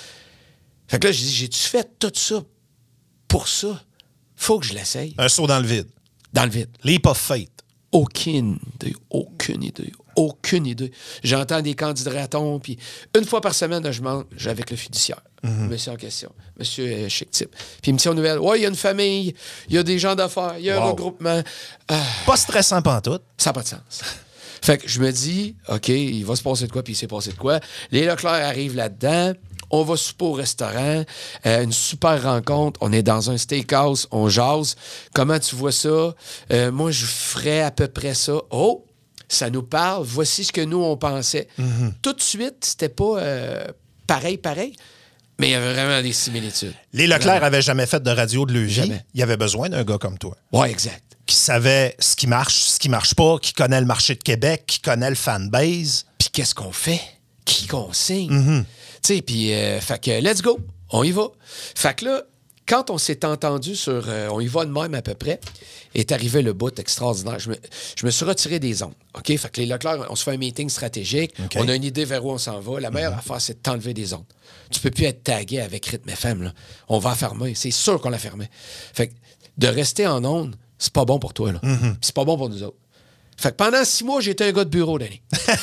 Fait que là, j'ai dit, j'ai-tu fait tout ça pour ça? Faut que je l'essaye. Un saut dans le vide. Dans le vide. Leap of faith. Aucune idée, aucune idée, aucune idée. J'entends des candidatons, puis une fois par semaine, je mange avec le fiduciaire. Mm-hmm. Monsieur en question, monsieur euh, chic type. Puis il me tient aux nouvelles. Ouais, il y a une famille, il y a des gens d'affaires, il y a wow. un regroupement. Euh, Pas stressant pantoute. Ça n'a pas de sens. Fait que je me dis, OK, il va se passer de quoi, puis il s'est passé de quoi. Les Leclerc arrivent là-dedans. On va souper au restaurant. Euh, une super rencontre. On est dans un steakhouse. On jase. Comment tu vois ça? Euh, moi, je ferais à peu près ça. Oh! Ça nous parle. Voici ce que nous, on pensait. Mm-hmm. Tout de suite, c'était pas euh, pareil, pareil. Mais il y avait vraiment des similitudes. Les Leclerc n'avaient jamais fait de radio de leur vie. Jamais. Il y avait besoin d'un gars comme toi. Oui, exact. Qui savait ce qui marche, ce qui marche pas, qui connaît le marché de Québec, qui connaît le fanbase. Puis qu'est-ce qu'on fait? Qui qu'on signe? Mm-hmm. Tu sais, puis, euh, fait que, let's go, on y va. Fait que là, quand on s'est entendu sur euh, on y va de même à peu près, est arrivé le bout extraordinaire. Je me, je me suis retiré des ondes. OK? Fait que les Leclerc, on se fait un meeting stratégique. Okay. On a une idée vers où on s'en va. La meilleure mm-hmm. affaire, c'est de t'enlever des ondes. Tu peux plus être tagué avec Rythme F M. Là. On va fermer. C'est sûr qu'on la fermait. Fait que de rester en ondes, c'est pas bon pour toi. Là. Mm-hmm. C'est pas bon pour nous autres. Fait que pendant six mois, j'étais un gars de bureau, Danny.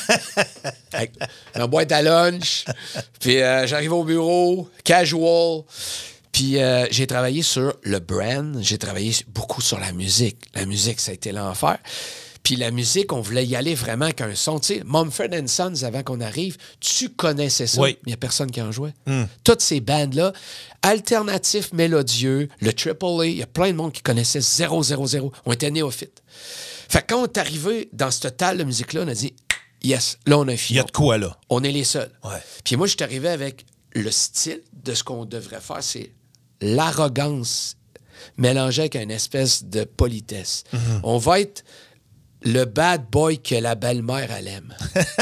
Ma boîte à lunch. Puis euh, j'arrive au bureau, casual. Puis euh, j'ai travaillé sur le brand. J'ai travaillé beaucoup sur la musique. La musique, ça a été l'enfer. Puis la musique, on voulait y aller vraiment avec un son. Tu sais, Mumford and Sons, avant qu'on arrive, tu connaissais ça. Oui. Il n'y a personne qui en jouait. Mm. Toutes ces bandes-là, alternatifs, mélodieux, le Triple A, il y a plein de monde qui connaissait zéro zéro zéro. On était néophytes. Fait que quand on est arrivé dans ce total de musique-là, on a dit « Yes, là, on a un filon. » Il y a de quoi, là? On est les seuls. Ouais. Puis moi, je suis arrivé avec le style de ce qu'on devrait faire, c'est l'arrogance mélangée avec une espèce de politesse. Mm-hmm. On va être le bad boy que la belle-mère, elle aime.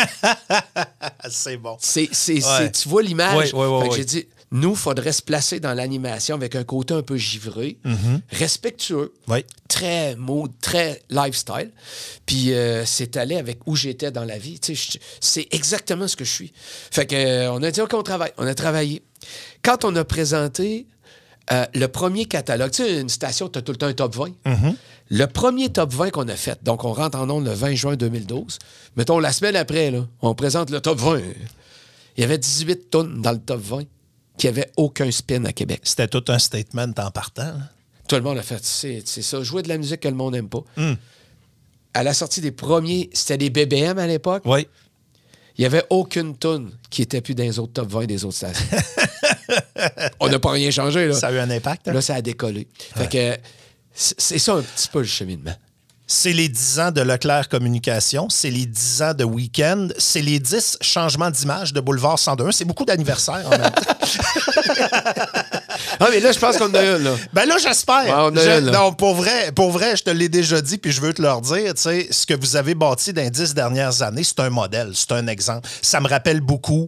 C'est bon. C'est, c'est, ouais. c'est, tu vois l'image? Ouais, ouais, ouais, fait que ouais. j'ai dit, nous, il faudrait se placer dans l'animation avec un côté un peu givré, mm-hmm. respectueux, ouais. très mode, très lifestyle. Puis euh, c'est allé avec où j'étais dans la vie. Tu sais, je, c'est exactement ce que je suis. Fait que euh, on a dit, OK, on travaille. On a travaillé. Quand on a présenté euh, le premier catalogue, tu sais, une station, tu as tout le temps un top vingt. Mm-hmm. Le premier top vingt qu'on a fait, donc on rentre en ondes le vingt juin deux mille douze, mettons la semaine après, là, on présente le top vingt. Il y avait dix-huit tonnes dans le top vingt qui n'avaient aucun spin à Québec. C'était tout un statement en partant. Hein? Tout le monde a fait, c'est, c'est ça, jouer de la musique que le monde n'aime pas. Mm. À la sortie des premiers, c'était des B B M à l'époque. Oui. Il n'y avait aucune toune qui n'était plus dans les autres top vingt des autres stations. On n'a pas rien changé, là. Ça a eu un impact. Hein? Là, ça a décollé. Ouais. Fait que c'est ça un petit peu le cheminement. C'est les dix ans de Leclerc Communication, c'est les dix ans de Week-end, c'est les dix changements d'image de Boulevard cent deux. C'est beaucoup d'anniversaires en même temps. Ah, mais là, je pense qu'on en a une, là. Ben là, j'espère. Ouais, on a je, une, là. Non, pour vrai, pour vrai, je te l'ai déjà dit, puis je veux te le redire, tu sais, ce que vous avez bâti dans les dix dernières années, c'est un modèle, c'est un exemple. Ça me rappelle beaucoup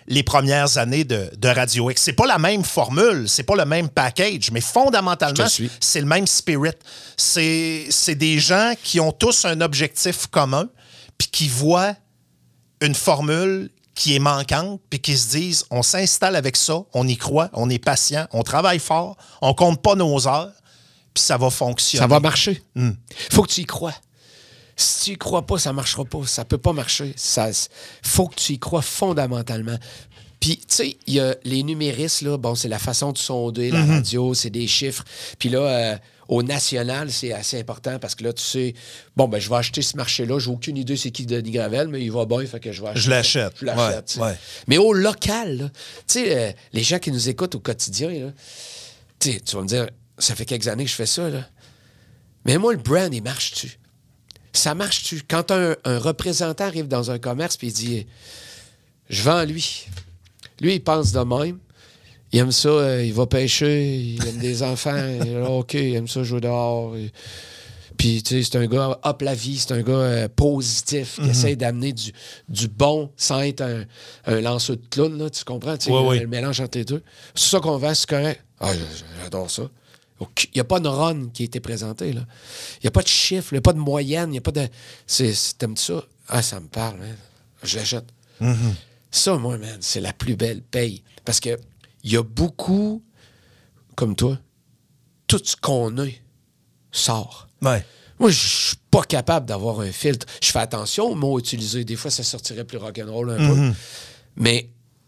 les premières années de, de Radio X. C'est pas la même formule, c'est pas le même package, mais fondamentalement, c'est le même spirit. C'est, c'est des gens qui ont tous un objectif commun, puis qui voient une formule qui est manquante, puis qui se disent, on s'installe avec ça, on y croit, on est patient, on travaille fort, on compte pas nos heures, puis ça va fonctionner. Ça va marcher. Il mm. faut que tu y crois. Si tu y crois pas, ça marchera pas. Ça peut pas marcher. Il faut que tu y crois fondamentalement. Puis, tu sais, il y a les numéristes, là, bon, c'est la façon de sonder la mm-hmm. radio, c'est des chiffres. Puis là, euh, au national, c'est assez important parce que là, tu sais, bon, ben, je vais acheter ce marché-là. J'ai aucune idée c'est qui Denis Gravel, mais il va bien, fait que je vais acheter. Je l'achète. Je l'achète. Ouais, ouais. Mais au local, tu sais, euh, les gens qui nous écoutent au quotidien, là, tu sais, tu vas me dire, ça fait quelques années que je fais ça, là. Mais moi, le brand, il marche-tu? Ça marche-tu? Quand un, un représentant arrive dans un commerce et il dit « Je vends lui ». Lui, il pense de même. Il aime ça, euh, il va pêcher, il aime des enfants, il est là, OK, il aime ça jouer dehors. Et... Puis, tu sais, c'est un gars hop la vie, c'est un gars euh, positif qui mm-hmm. essaie d'amener du, du bon sans être un, un lanceur de clown, là, tu comprends? Tu sais, oui, le, oui. le mélange entre les deux. C'est ça qu'on vend, c'est correct. Ah, j'adore ça. Il n'y a pas de run qui a été présenté, là. Il n'y a pas de chiffre, il n'y a pas de moyenne, il n'y a pas de... C'est, c'est, t'aimes ça? Ah, ça me parle, man. Je l'achète. Mm-hmm. Ça, moi, man, c'est la plus belle paye. Parce que il y a beaucoup, comme toi, tout ce qu'on a sort. Ouais. Moi, je suis pas capable d'avoir un filtre. Je fais attention aux mots utilisés. Des fois, ça sortirait plus rock'n'roll un mm-hmm. peu. Mais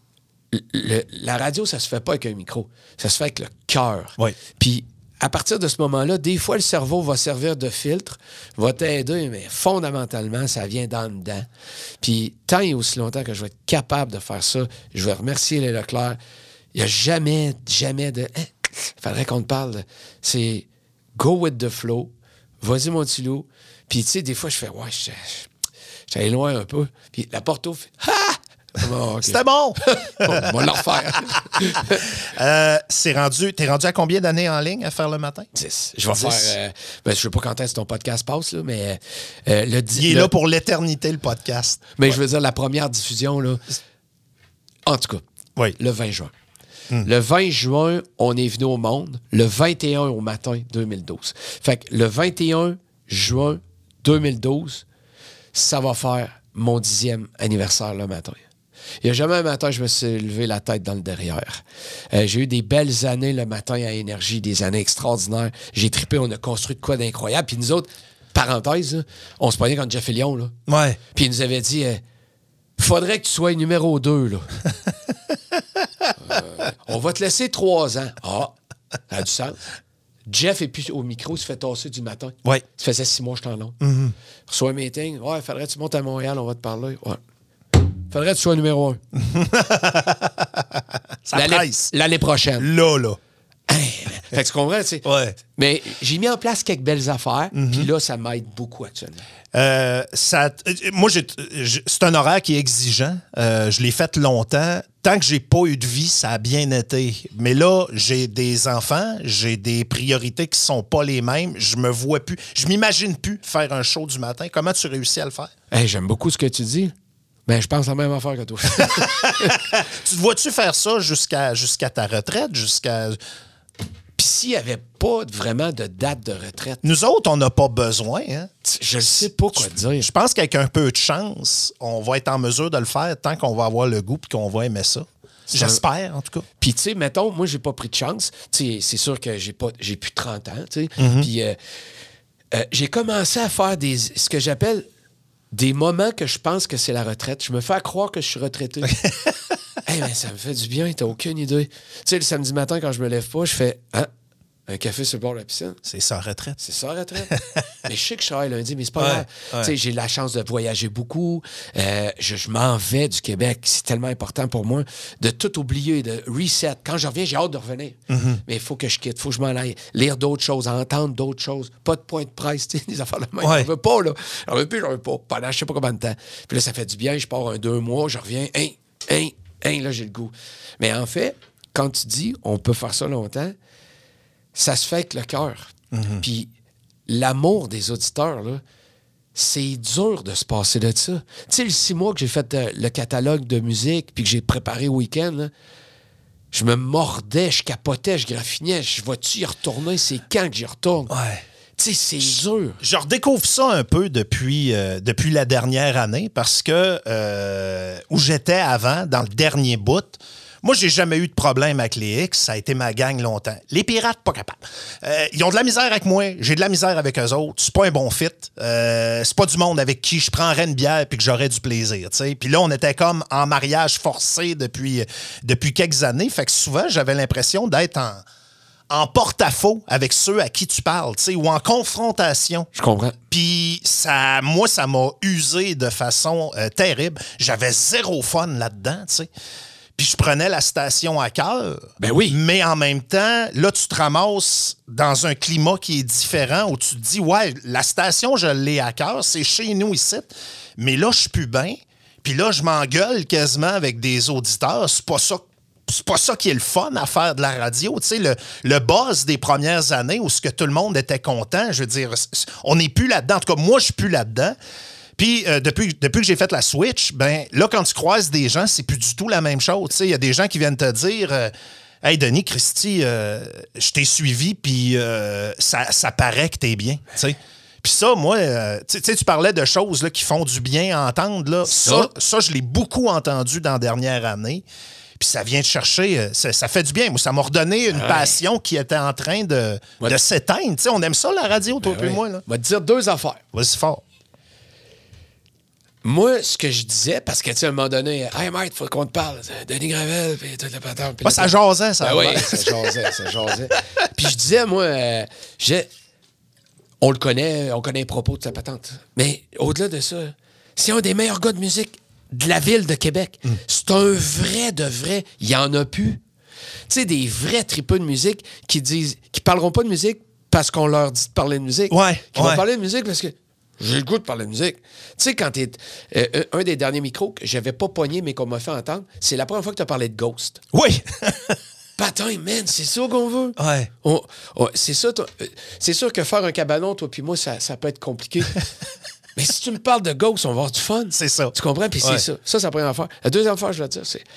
le, la radio, ça se fait pas avec un micro. Ça se fait avec le cœur. Ouais. Puis, à partir de ce moment-là, des fois, le cerveau va servir de filtre, va t'aider, mais fondamentalement, ça vient dans le dedans. Puis, tant et aussi longtemps que je vais être capable de faire ça, je vais remercier les Leclerc. Il n'y a jamais, jamais de... Il hein, faudrait qu'on te parle. De, c'est go with the flow. Vas-y, mon petit loup. Puis, tu sais, des fois, je fais, ouais, j'allais loin un peu. Puis, la porte ouvre, ha! Bon, okay. C'était bon! Bon, on va le refaire. euh, c'est rendu, t'es rendu à combien d'années en ligne à faire le matin? dix. Je vais dix. faire... Euh, ben, je ne sais pas quand est-ce que ton podcast passe, là, mais... Euh, le Il est le, là pour l'éternité, le podcast. Mais ouais. je veux dire, la première diffusion, là... En tout cas, oui. le vingt juin. Hmm. Le vingt juin, on est venu au monde. Le vingt et un au matin deux mille douze. Fait que le vingt et un juin deux mille douze, ça va faire mon dixième anniversaire le matin. Il n'y a jamais un matin je me suis levé la tête dans le derrière. Euh, j'ai eu des belles années le matin à Énergie, des années extraordinaires. J'ai trippé, on a construit de quoi d'incroyable. Puis nous autres, parenthèse, là, on se pognait contre Jeff et Lyon. Là. Ouais. Puis il nous avait dit euh, faudrait que tu sois numéro deux. Là. euh, on va te laisser trois ans. Ah, ça a du sens. Jeff est plus au micro, il se fait tasser du matin. Ouais. Ça faisait six mois que je t'en long. Mm-hmm. Reçois un meeting. Ouais, faudrait que tu montes à Montréal, on va te parler. Ouais. Faudrait que tu sois numéro un. Ça l'année, presse. L'année prochaine. Là, là. Hey, fait que tu comprends, tu sais. Ouais. Mais j'ai mis en place quelques belles affaires, mm-hmm. puis là, ça m'aide beaucoup actuellement. Euh, ça, moi, j'ai, j'ai, c'est un horaire qui est exigeant. Euh, je l'ai fait longtemps. Tant que j'ai pas eu de vie, ça a bien été. Mais là, j'ai des enfants, j'ai des priorités qui sont pas les mêmes. Je me vois plus. Je m'imagine plus faire un show du matin. Comment tu réussis à le faire? Hey, j'aime beaucoup ce que tu dis. Ben, je pense la même affaire que toi. Tu te vois-tu faire ça jusqu'à, jusqu'à ta retraite? Jusqu'à... Puis s'il n'y avait pas vraiment de date de retraite... Nous autres, on n'a pas besoin. Hein? Je ne sais pas quoi je, dire. Je pense qu'avec un peu de chance, on va être en mesure de le faire tant qu'on va avoir le goût et qu'on va aimer ça. C'est J'espère, un... en tout cas. Puis, tu sais, mettons, moi, j'ai pas pris de chance. Tu sais, c'est sûr que j'ai pas, j'ai plus trente ans, tu sais. Mm-hmm. Puis, euh, euh, j'ai commencé à faire des, ce que j'appelle des moments que je pense que c'est la retraite. Je me fais croire que je suis retraité. Hey, ben, ça me fait du bien, t'as aucune idée. Tu sais, le samedi matin, quand je me lève pas, je fais hein, un café sur le bord de la piscine. C'est ça, retraite. C'est ça, retraite. Mais je sais que je travaille lundi, mais c'est pas ouais, grave. Ouais. Tu sais, j'ai la chance de voyager beaucoup. Euh, je, je m'en vais du Québec. C'est tellement important pour moi de tout oublier, de reset. Quand je reviens, j'ai hâte de revenir. Mm-hmm. Mais il faut que je quitte, il faut que je m'en aille. Lire d'autres choses, entendre d'autres choses. Pas de point de presse, tu sais, des affaires de même. Ouais. J'en veux pas, là. J'en veux plus, j'en veux pas. Pendant je sais pas combien de temps. Puis là, ça fait du bien. Je pars un deux mois, je reviens. Hein, hein, hein, là, j'ai le goût. Mais en fait, quand tu dis on peut faire ça longtemps, ça se fait avec le cœur. Mm-hmm. Puis l'amour des auditeurs, là, c'est dur de se passer de ça. Tu sais, le six mois que j'ai fait euh, le catalogue de musique puis que j'ai préparé au week-end, là, je me mordais, je capotais, je graffinais. Je vais-tu y retourner? C'est quand que j'y retourne? Ouais. Tu sais, c'est dur. Je redécouvre ça un peu depuis, euh, depuis la dernière année parce que euh, où j'étais avant, dans le dernier bout, moi, j'ai jamais eu de problème avec les X. Ça a été ma gang longtemps. Les pirates, pas capables. Euh, ils ont de la misère avec moi. J'ai de la misère avec eux autres. C'est pas un bon fit. Euh, c'est pas du monde avec qui je prendrais une bière puis que j'aurais du plaisir. T'sais. Puis là, on était comme en mariage forcé depuis, depuis quelques années. Fait que souvent, j'avais l'impression d'être en... en porte-à-faux avec ceux à qui tu parles, tu sais, ou en confrontation. Je comprends. Puis ça, moi, ça m'a usé de façon euh, terrible. J'avais zéro fun là-dedans, tu sais. Puis je prenais la station à cœur. Ben oui. Mais en même temps, là, tu te ramasses dans un climat qui est différent où tu te dis, ouais, la station, je l'ai à cœur, c'est chez nous ici. Mais là, je suis plus bien. Puis là, je m'engueule quasiment avec des auditeurs. C'est pas ça C'est pas ça qui est le fun à faire de la radio. Tu sais, le, le buzz des premières années où ce que tout le monde était content, je veux dire, on n'est plus là-dedans. En tout cas, moi, je suis plus là-dedans. Puis, euh, depuis, depuis que j'ai fait la switch, ben là, quand tu croises des gens, c'est plus du tout la même chose. Tu sais, il y a des gens qui viennent te dire euh, « Hey, Denis, Christy, euh, je t'ai suivi, puis euh, ça, ça paraît que t'es bien. » Tu sais. Puis ça, moi, euh, tu sais, tu parlais de choses là, qui font du bien à entendre. Là. Ça, ça, je l'ai beaucoup entendu dans la dernière année. Puis ça vient de chercher, ça, ça fait du bien. Moi, ça m'a redonné une ouais. passion qui était en train de, ouais. de s'éteindre. Tu sais, on aime ça, la radio, toi et ouais. moi. Là. Je vais te dire deux affaires. Vas-y fort. Moi, ce que je disais, parce que, tu sais, à un moment donné, « Hey, mate, faut qu'on te parle. Denis Gravel, puis toute la patente. » ah, ça jasait, ça. Ben oui, ça jasait, ça jasait. Puis je disais, moi, euh, j'ai... on le connaît, on connaît les propos de sa patente. Mais au-delà de ça, c'est un des meilleurs gars de musique de la ville de Québec. Mm. C'est un vrai de vrai. Il n'y en a plus. Tu sais, des vrais tripeux de musique qui disent, qui parleront pas de musique parce qu'on leur dit de parler de musique. Ouais. Qui ouais. vont parler de musique parce que j'ai le goût de parler de musique. Tu sais, quand t'es... Euh, un des derniers micros que j'avais pas pogné, mais qu'on m'a fait entendre, c'est la première fois que tu as parlé de Ghost. Oui! Patin, man, c'est ça qu'on veut. Ouais. On, on, c'est ça. C'est sûr que faire un cabanon, toi puis moi, ça, ça peut être compliqué. Mais si tu me parles de Ghost, on va avoir du fun. C'est ça. Tu comprends? Puis ouais. c'est ça. Ça, c'est la première affaire. La deuxième affaire, je veux dire, c'est...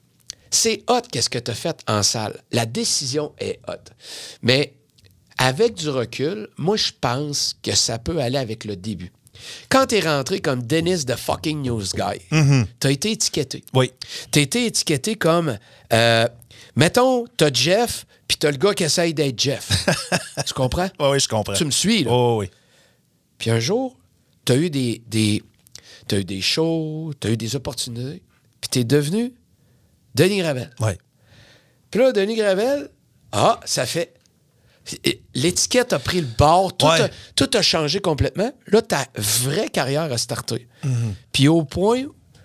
C'est hot, qu'est-ce que tu as fait en salle. La décision est hot. Mais avec du recul, moi, je pense que ça peut aller avec le début. Quand tu es rentré comme Dennis the fucking News Guy, mm-hmm. tu as été étiqueté. Oui. Tu as été étiqueté comme... Euh, mettons, tu as Jeff, puis tu as le gars qui essaye d'être Jeff. Tu comprends? Oui, oui, je comprends. Tu me suis, là? Oh, oui. Puis un jour, tu as eu des, des, t'as eu des shows, tu as eu des opportunités, puis tu es devenu Denis Gravel. Oui. Puis là, Denis Gravel, ah, ça fait... L'étiquette a pris le bord, tout, ouais. a, tout a changé complètement. Là, ta vraie carrière a starté. Mm-hmm. Puis au point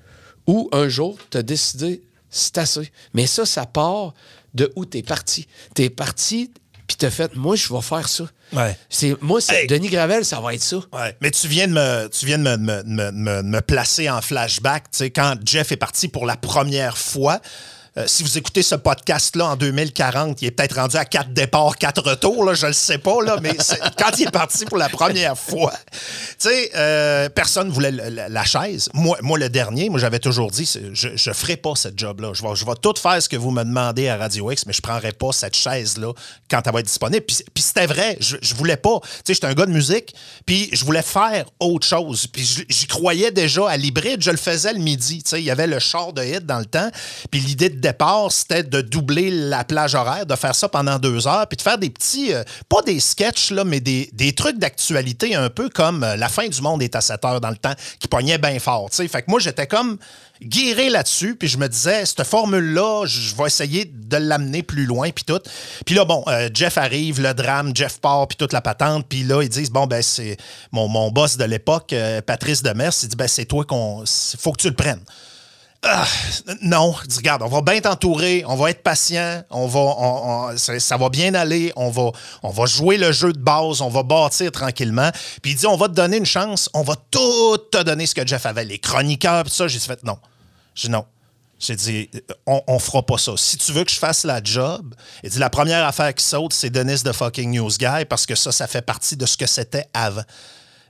où, un jour, tu as décidé, c'est assez. Mais ça, ça part de où tu es parti. Tu es parti, puis tu as fait, moi, je vais faire ça. Ouais. C'est, moi, c'est, hey. Denis Gravel, ça va être ça. Ouais. Mais tu viens de me, tu viens de me, me, me, me, me placer en flashback. Tu sais, quand Jeff est parti pour la première fois, Euh, si vous écoutez ce podcast-là en deux mille quarante, il est peut-être rendu à quatre départs, quatre retours, là, je le sais pas, là, mais c'est, quand il est parti pour la première fois, tu sais, euh, personne voulait la, la chaise. Moi, moi, le dernier, moi, j'avais toujours dit, je ne ferai pas ce job-là. Je vais, je vais tout faire ce que vous me demandez à Radio X, mais je ne prendrai pas cette chaise-là quand elle va être disponible. Puis, puis c'était vrai, je, je voulais pas. Tu sais, j'étais un gars de musique, puis je voulais faire autre chose. Puis j'y croyais déjà à l'hybride, je le faisais le midi. Tu sais, il y avait le char de hit dans le temps, puis l'idée de départ, c'était de doubler la plage horaire, de faire ça pendant deux heures, puis de faire des petits, euh, pas des sketchs, là, mais des, des trucs d'actualité un peu comme euh, La fin du monde est à sept heures dans le temps, qui pognait bien fort. T'sais. Fait que moi, j'étais comme guiré là-dessus, puis je me disais, cette formule-là, je vais essayer de l'amener plus loin, puis tout. Puis là, bon, euh, Jeff arrive, le drame, Jeff part, puis toute la patente, puis là, ils disent, bon, ben c'est mon, mon boss de l'époque, euh, Patrice Demers, il dit, ben c'est toi qu'on... faut que tu le prennes. Ah, non, dis, regarde, on va bien t'entourer, on va être patient, on va, on, on, ça, ça va bien aller, on va, on va jouer le jeu de base, on va bâtir tranquillement. Puis il dit, on va te donner une chance, on va tout te donner ce que Jeff avait, les chroniqueurs, puis ça. J'ai fait non. J'ai dit non. J'ai dit, on, on fera pas ça. Si tu veux que je fasse la job, il dit, la première affaire qui saute, c'est Dennis the fucking News Guy, parce que ça, ça fait partie de ce que c'était avant.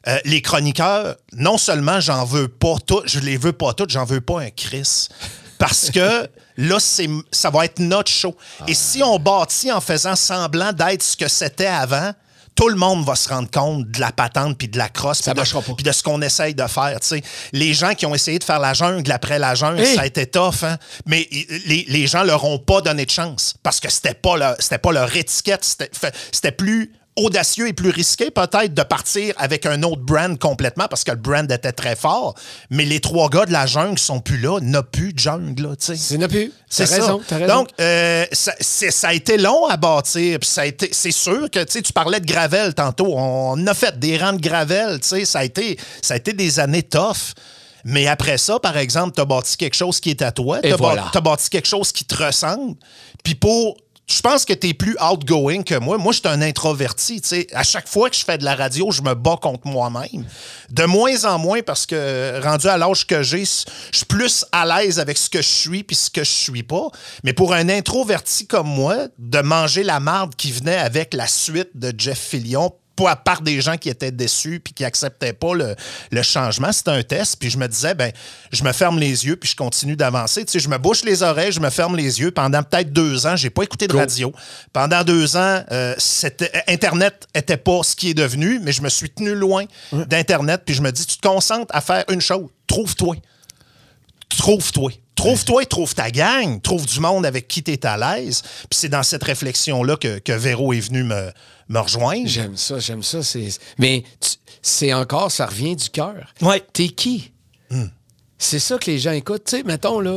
Euh, les chroniqueurs, non seulement j'en veux pas toutes, je les veux pas toutes, j'en veux pas un Chris. Parce que là, c'est, ça va être notre show. Ah. Et si on bâtit en faisant semblant d'être ce que c'était avant, tout le monde va se rendre compte de la patente puis de la crosse puis de, puis de ce qu'on essaye de faire. T'sais. Les gens qui ont essayé de faire la jungle après la jungle, hey. ça a été tough. Hein? Mais les, les gens leur ont pas donné de chance parce que c'était pas leur, c'était pas leur étiquette. C'était, c'était plus audacieux et plus risqué peut-être de partir avec un autre brand complètement parce que le brand était très fort. Mais les trois gars de la jungle sont plus là. N'a plus de jungle. Là, t'sais. C'est n'a plus. C'est t'as raison, t'as raison. Donc, euh, ça, c'est, ça a été long à bâtir. Puis ça a été, c'est sûr que tu parlais de Gravel tantôt. On a fait des rangs de Gravel. Ça a, été, ça a été des années tough. Mais après ça, par exemple, tu as bâti quelque chose qui est à toi. Tu as voilà. bâti quelque chose qui te ressemble. Puis pour... Je pense que tu es plus outgoing que moi. Moi, je suis un introverti. T'sais. À chaque fois que je fais de la radio, je me bats contre moi-même. De moins en moins, parce que rendu à l'âge que j'ai, je suis plus à l'aise avec ce que je suis puis ce que je suis pas. Mais pour un introverti comme moi, de manger la marde qui venait avec la suite de Jeff Fillion, pas à part des gens qui étaient déçus puis qui acceptaient pas le, le changement. C'était un test, puis je me disais, ben, je me ferme les yeux puis je continue d'avancer. Tu sais, je me bouche les oreilles, je me ferme les yeux. Pendant peut-être deux ans, j'ai pas écouté de radio. Pendant deux ans, euh, c'était, Internet était pas ce qui est devenu, mais je me suis tenu loin mmh. d'Internet puis je me dis, tu te concentres à faire une chose, trouve-toi. Trouve-toi. Trouve-toi, trouve ta gang, trouve du monde avec qui tu es à l'aise. Puis c'est dans cette réflexion-là que, que Véro est venu me, me rejoindre. J'aime ça, j'aime ça. C'est... Mais tu, c'est encore, ça revient du cœur. Ouais. T'es qui? Mm. C'est ça que les gens écoutent. Tu sais, mettons, là,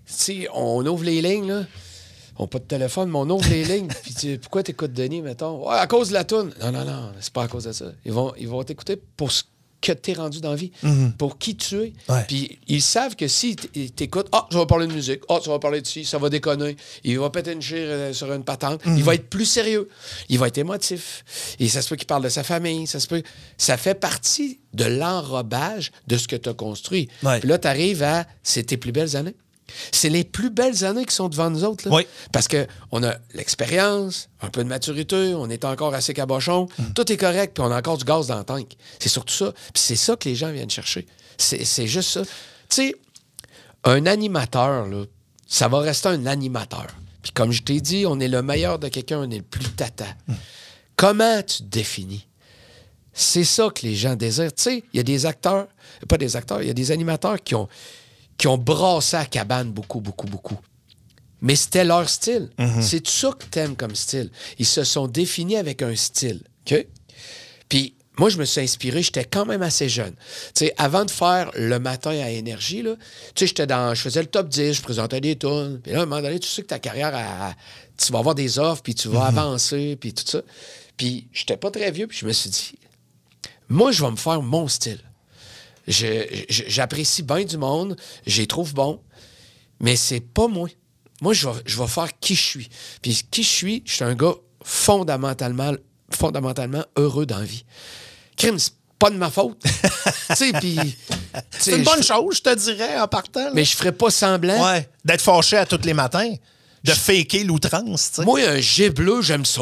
on ouvre les lignes, là. On n'a pas de téléphone, mais on ouvre les lignes. Puis tu, pourquoi t'écoutes Denis, mettons? Ouais, à cause de la toune. Non, non, non, c'est pas à cause de ça. Ils vont, ils vont t'écouter pour ce que t'es rendu dans la vie, mm-hmm. pour qui tu es. Ouais. Puis ils savent que si t'écoutes, ah, tu vas parler de musique, ah, tu vas parler de ci, ça va déconner, il va péter une chire sur une patente, mm-hmm. il va être plus sérieux, il va être émotif, et ça se peut qu'il parle de sa famille, ça se peut... Ça fait partie de l'enrobage de ce que tu as construit. Ouais. Puis là, tu arrives à... C'est tes plus belles années. C'est les plus belles années qui sont devant nous autres. Là. Oui. Parce qu'on a l'expérience, un peu de maturité, on est encore assez cabochon, mm. tout est correct, puis on a encore du gaz dans le tank. C'est surtout ça. Puis c'est ça que les gens viennent chercher. C'est, c'est juste ça. Tu sais, un animateur, là, ça va rester un animateur. Puis comme je t'ai dit, on est le meilleur de quelqu'un, on est le plus tata. Mm. Comment tu te définis? C'est ça que les gens désirent. Tu sais, il y a des acteurs, pas des acteurs, il y a des animateurs qui ont... qui ont brassé à cabane beaucoup, beaucoup, beaucoup. Mais c'était leur style. Mm-hmm. C'est tout ça que t'aimes comme style. Ils se sont définis avec un style. OK? Puis moi, je me suis inspiré, j'étais quand même assez jeune. Tu sais, avant de faire le matin à Énergie, là, tu sais, j'étais dans... Je faisais le top dix, je présentais des tunes. Puis là, à un moment donné, tu sais que ta carrière, a, tu vas avoir des offres, puis tu vas mm-hmm. avancer, puis tout ça. Puis j'étais pas très vieux, puis je me suis dit, moi, je vais me faire mon style. Je, je, j'apprécie bien du monde, je les trouve bons, mais c'est pas moi. Moi, je vais, je vais faire qui je suis. Puis qui je suis, je suis un gars fondamentalement, fondamentalement heureux dans la vie. Crime, c'est pas de ma faute. Tu sais, puis... C'est une bonne je, chose, je te dirais, en partant. Là. Mais je ferais pas semblant. Ouais, d'être fâché à tous les matins. De faker l'outrance, tu sais. Moi, un jet bleu, j'aime ça.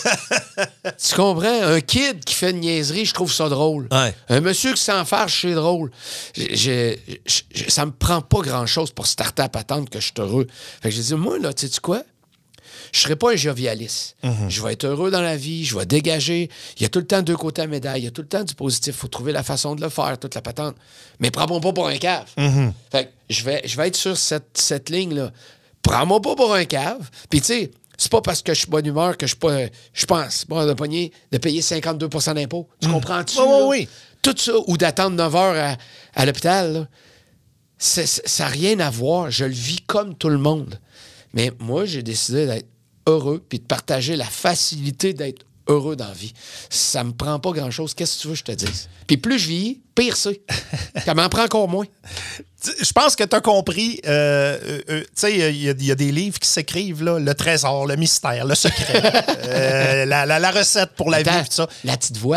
Tu comprends? Un kid qui fait une niaiserie, je trouve ça drôle. Ouais. Un monsieur qui s'enfarge, c'est drôle. Je, je, je, ça me prend pas grand-chose pour starter à patente que je suis heureux. Fait que j'ai dit, moi, là, tu sais quoi? Je serai pas un jovialiste. Mm-hmm. Je vais être heureux dans la vie, je vais dégager. Il y a tout le temps deux côtés à la médaille, il y a tout le temps du positif. Il faut trouver la façon de le faire, toute la patente. Mais prends-moi pas pour un cave. Mm-hmm. Fait que je vais, je vais être sur cette, cette ligne-là. Prends-moi pas pour un cave. Puis, tu sais, c'est pas parce que je suis bonne humeur que je suis pas. Je pense, bon, de, pogner, de payer cinquante-deux pour cent d'impôts. Tu mmh. comprends-tu? Oui, oui, oui. Tout ça, ou d'attendre neuf heures à, à l'hôpital, là, c'est, c'est, ça n'a rien à voir. Je le vis comme tout le monde. Mais moi, j'ai décidé d'être heureux puis de partager la facilité d'être heureux dans la vie. Ça me prend pas grand-chose. Qu'est-ce que tu veux que je te dise? Puis plus je vis, pire c'est. Ça m'en prend encore moins. Je pense que tu as compris. Euh, euh, tu sais, il y, y a des livres qui s'écrivent, là, le trésor, le mystère, le secret, euh, la, la, la recette pour la Attends, vie, tout ça. La petite voix.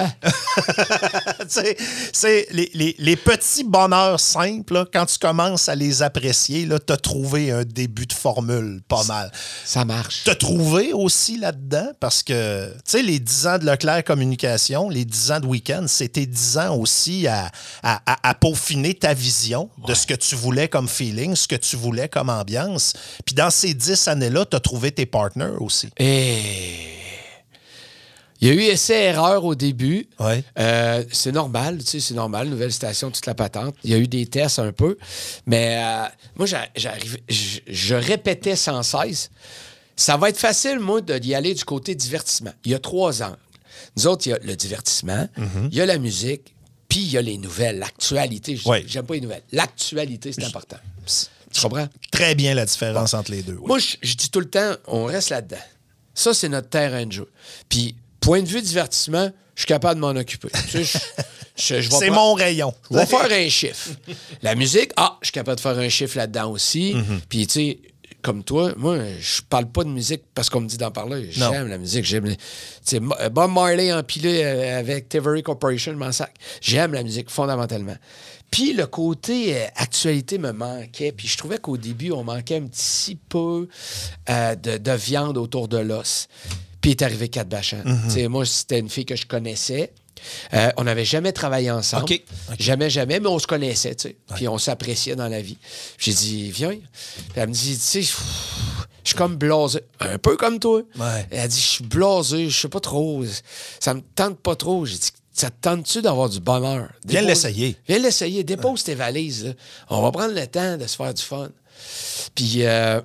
C'est les, les, les petits bonheurs simples, là, quand tu commences à les apprécier, tu as trouvé un début de formule pas mal. Ça marche. Tu as trouvé aussi là-dedans, parce que, tu sais, les dix ans de Leclerc Communication, les dix ans de Week-end, c'était dix ans aussi à, à, à, à peaufiner ta vision de ouais. ce que tu voulais comme feeling, ce que tu voulais comme ambiance. Puis dans ces dix années-là, tu as trouvé tes partners aussi. Et... Il y a eu essai-erreur au début. Ouais. Euh, c'est normal, tu sais, c'est normal, nouvelle station, toute la patente. Il y a eu des tests un peu. Mais euh, moi, j'arrive, je, je répétais sans cesse. Ça va être facile, moi, d'y aller du côté divertissement. Il y a trois angles. Nous autres, il y a le divertissement, mm-hmm. il y a la musique, puis il y a les nouvelles, l'actualité. Ouais. J'aime pas les nouvelles. L'actualité, c'est important. Tu comprends? Très bien la différence bon. entre les deux. Oui. Moi, je, je dis tout le temps, on reste là-dedans. Ça, c'est notre terrain de jeu. Puis, point de vue divertissement, je suis capable de m'en occuper. Tu sais, je, je, je vais c'est prendre, mon rayon. Je vais faire un chiffre. La musique, ah, je suis capable de faire un chiffre là-dedans aussi. Mm-hmm. Puis, tu sais, comme toi, moi, je parle pas de musique parce qu'on me dit d'en parler. J'aime non. la musique. J'aime. Tu sais, Bob Marley empilé avec Tevary Corporation, je m'en sac. J'aime la musique fondamentalement. Puis le côté euh, actualité me manquait. Puis je trouvais qu'au début, on manquait un petit peu euh, de, de viande autour de l'os. Puis est arrivé Kat Bachand. Mm-hmm. Moi, c'était une fille que je connaissais. Euh, on n'avait jamais travaillé ensemble. Okay. Okay. Jamais, jamais, mais on se connaissait, tu sais. Ouais. Puis on s'appréciait dans la vie. J'ai dit, viens. Puis elle me dit, tu sais, je suis comme blasé. Un peu comme toi. Ouais. Elle a dit, je suis blasé, je sais pas trop. Ça me tente pas trop. J'ai dit, ça te tente-tu d'avoir du bonheur? Dépose, viens l'essayer. Viens l'essayer. Dépose ouais. tes valises. Là. On va prendre le temps de se faire du fun. Puis euh,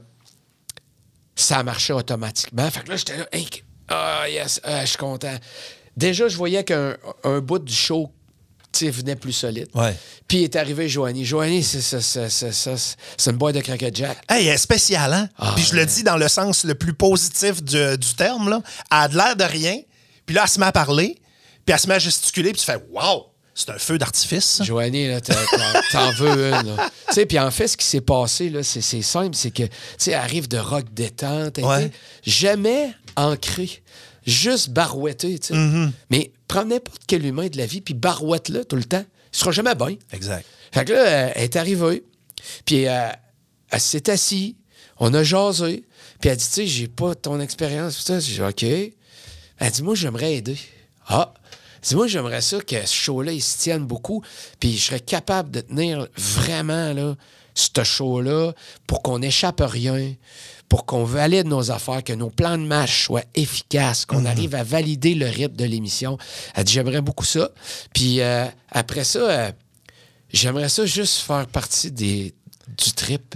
ça a marché automatiquement. Fait que là, j'étais là, hey, oh yes, ah, je suis content. Déjà, je voyais qu'un un bout du show venait plus solide. Ouais. Puis est arrivé Joanie. Joanie, c'est, c'est, c'est, c'est, c'est, c'est une boîte de Cracker Jack. Hey, elle est spéciale, hein? Ah, puis je ouais. le dis dans le sens le plus positif du, du terme, là. Elle a de l'air de rien. Puis là, elle se met à parler. Puis elle se met à gesticuler. Puis tu fais « Wow! C'est un feu d'artifice. » ça. Joanie, là, t'en, t'en veux une. Tu sais, puis en fait, ce qui s'est passé, là, c'est, c'est simple. C'est que, tu sais, elle arrive de rock détente. Elle ouais. était jamais ancrée. Juste barouetter, tu sais. Mm-hmm. Mais prends n'importe quel humain de la vie, puis barouette-le tout le temps. Il sera jamais bien. Exact. Fait que là, elle est arrivée, puis elle, elle s'est assise, on a jasé, puis elle dit, tu sais, j'ai pas ton expérience. J'ai dit, OK. Elle dit, moi, j'aimerais aider. Ah! Elle dit, moi, j'aimerais ça que ce show-là, il se tienne beaucoup, puis je serais capable de tenir vraiment, là, ce show-là, pour qu'on n'échappe à rien, pour qu'on valide nos affaires, que nos plans de match soient efficaces, qu'on mm-hmm. arrive à valider le rythme de l'émission. Elle dit, j'aimerais beaucoup ça. Puis euh, après ça, euh, j'aimerais ça juste faire partie des, du trip.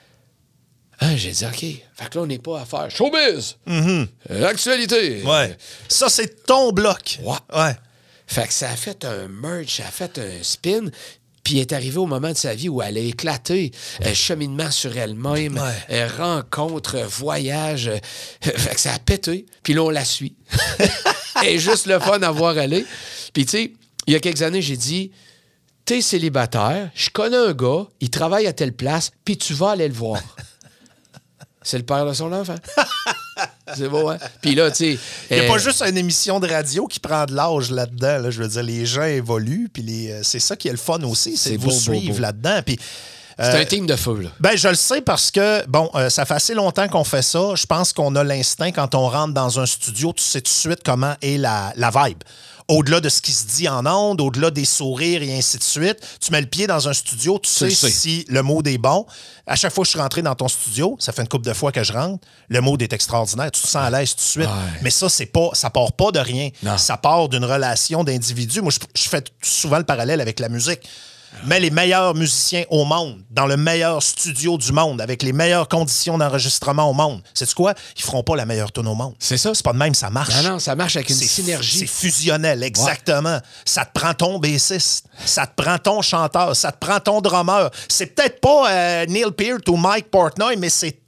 Ah, j'ai dit, OK. Fait que là, on n'est pas à faire showbiz. Mm-hmm. L'actualité. Ouais. Ça, c'est ton bloc. Ouais. Ouais. Fait que ça a fait un merge, ça a fait un spin. Puis elle est arrivée au moment de sa vie où elle a éclaté. Euh, cheminement sur elle-même, ouais. euh, rencontre, euh, voyage. Euh, fait que ça a pété. Puis là, on la suit. Et juste le fun à voir aller. Puis tu sais, il y a quelques années, j'ai dit, t'es célibataire, je connais un gars, il travaille à telle place, puis tu vas aller le voir. C'est le père de son enfant. C'est beau, hein? Puis là, tu sais... Il n'y a euh, pas juste une émission de radio qui prend de l'âge là-dedans. Là. Je veux dire, les gens évoluent, puis les, euh, c'est ça qui est le fun aussi, c'est, c'est de vous beau, suivre beau, beau. là-dedans. Puis, euh, c'est un team de feu, là. Ben, je le sais parce que, bon, euh, ça fait assez longtemps qu'on fait ça. Je pense qu'on a l'instinct, quand on rentre dans un studio, tu sais tout de suite comment est la, la vibe. Au-delà de ce qui se dit en ondes, au-delà des sourires et ainsi de suite, tu mets le pied dans un studio, tu sais, sais si le mood est bon. À chaque fois que je suis rentré dans ton studio, ça fait une couple de fois que je rentre, le mood est extraordinaire, tu te sens à l'aise tout de suite. Ouais. Mais ça, c'est pas, ça part pas de rien. Non. Ça part d'une relation d'individu. Moi, je, je fais souvent le parallèle avec la musique. Mais les meilleurs musiciens au monde, dans le meilleur studio du monde, avec les meilleures conditions d'enregistrement au monde, sais-tu quoi? Ils feront pas la meilleure tune au monde. C'est ça. C'est pas de même, ça marche. Non, non, ça marche avec une c'est, synergie. C'est fusionnel, exactement. Ouais. Ça te prend ton bassiste, ça te prend ton chanteur, ça te prend ton drummer. C'est peut-être pas euh, Neil Peart ou Mike Portnoy, mais c'est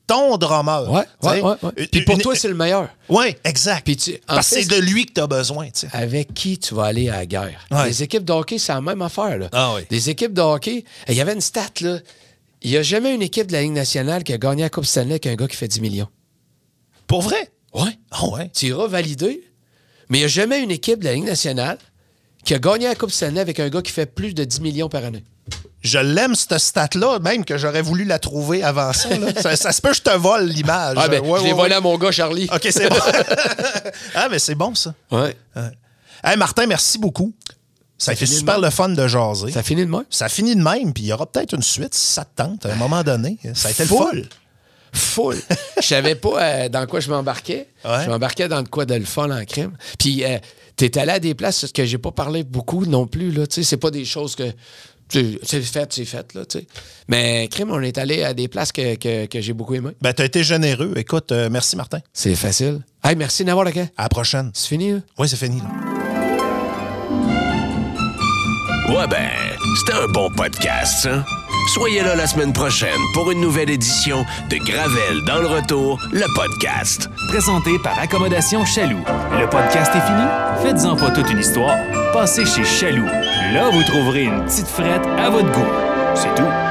ton drummer. Ouais, tu sais. ouais, ouais, ouais. Puis pour toi, c'est le meilleur. Oui, exact. Puis tu- en Parce que fait, c'est de lui que tu as besoin. Tu sais. avec qui tu vas aller à la guerre. Ouais. Les équipes de hockey, c'est la même affaire. Là. Ah oui. Les équipes de hockey, il y avait une stat, là. Il n'y a jamais une équipe de la Ligue nationale qui a gagné la Coupe Stanley qu'un gars qui fait dix millions. Pour vrai? Ouais. Ah ouais. Tu iras valider. Mais il n'y a jamais une équipe de la Ligue nationale qui a gagné la Coupe Stanley avec un gars qui fait plus de dix millions par année. Je l'aime, cette stat-là, même que j'aurais voulu la trouver avant ça. Là. ça, ça se peut que je te vole l'image. Ah, ben, Ouais, je ouais, l'ai volé ouais. à mon gars, Charlie. OK, c'est bon. Ah, mais c'est bon, ça. Ouais. Hey, Martin, merci beaucoup. Ça a été finit de super même. le fun de jaser. Ça finit de même? Ça finit de même, puis il y aura peut-être une suite si ça te tente à un moment donné. Ça a été le Full. fun. Full. Je savais pas euh, dans quoi je m'embarquais. Ouais. Je m'embarquais dans de quoi de le fun en crime. Puis euh, t'es allé à des places que j'ai pas parlé beaucoup non plus. Là, c'est pas des choses que. C'est fait, c'est fait. Là, t'sais. Mais crime, on est allé à des places que, que, que j'ai beaucoup aimées. Ben, tu as été généreux. Écoute, euh, merci, Martin. C'est facile. Hey, merci d'avoir le cas. À la prochaine. C'est fini, là? Oui, c'est fini. Là. Ouais ben, c'était un bon podcast, ça. Soyez là la semaine prochaine pour une nouvelle édition de Gravel dans le retour, le podcast. Présenté par Accommodation Chaloux. Le podcast est fini? Faites-en pas toute une histoire. Passez chez Chaloux. Là, vous trouverez une petite frette à votre goût. C'est tout.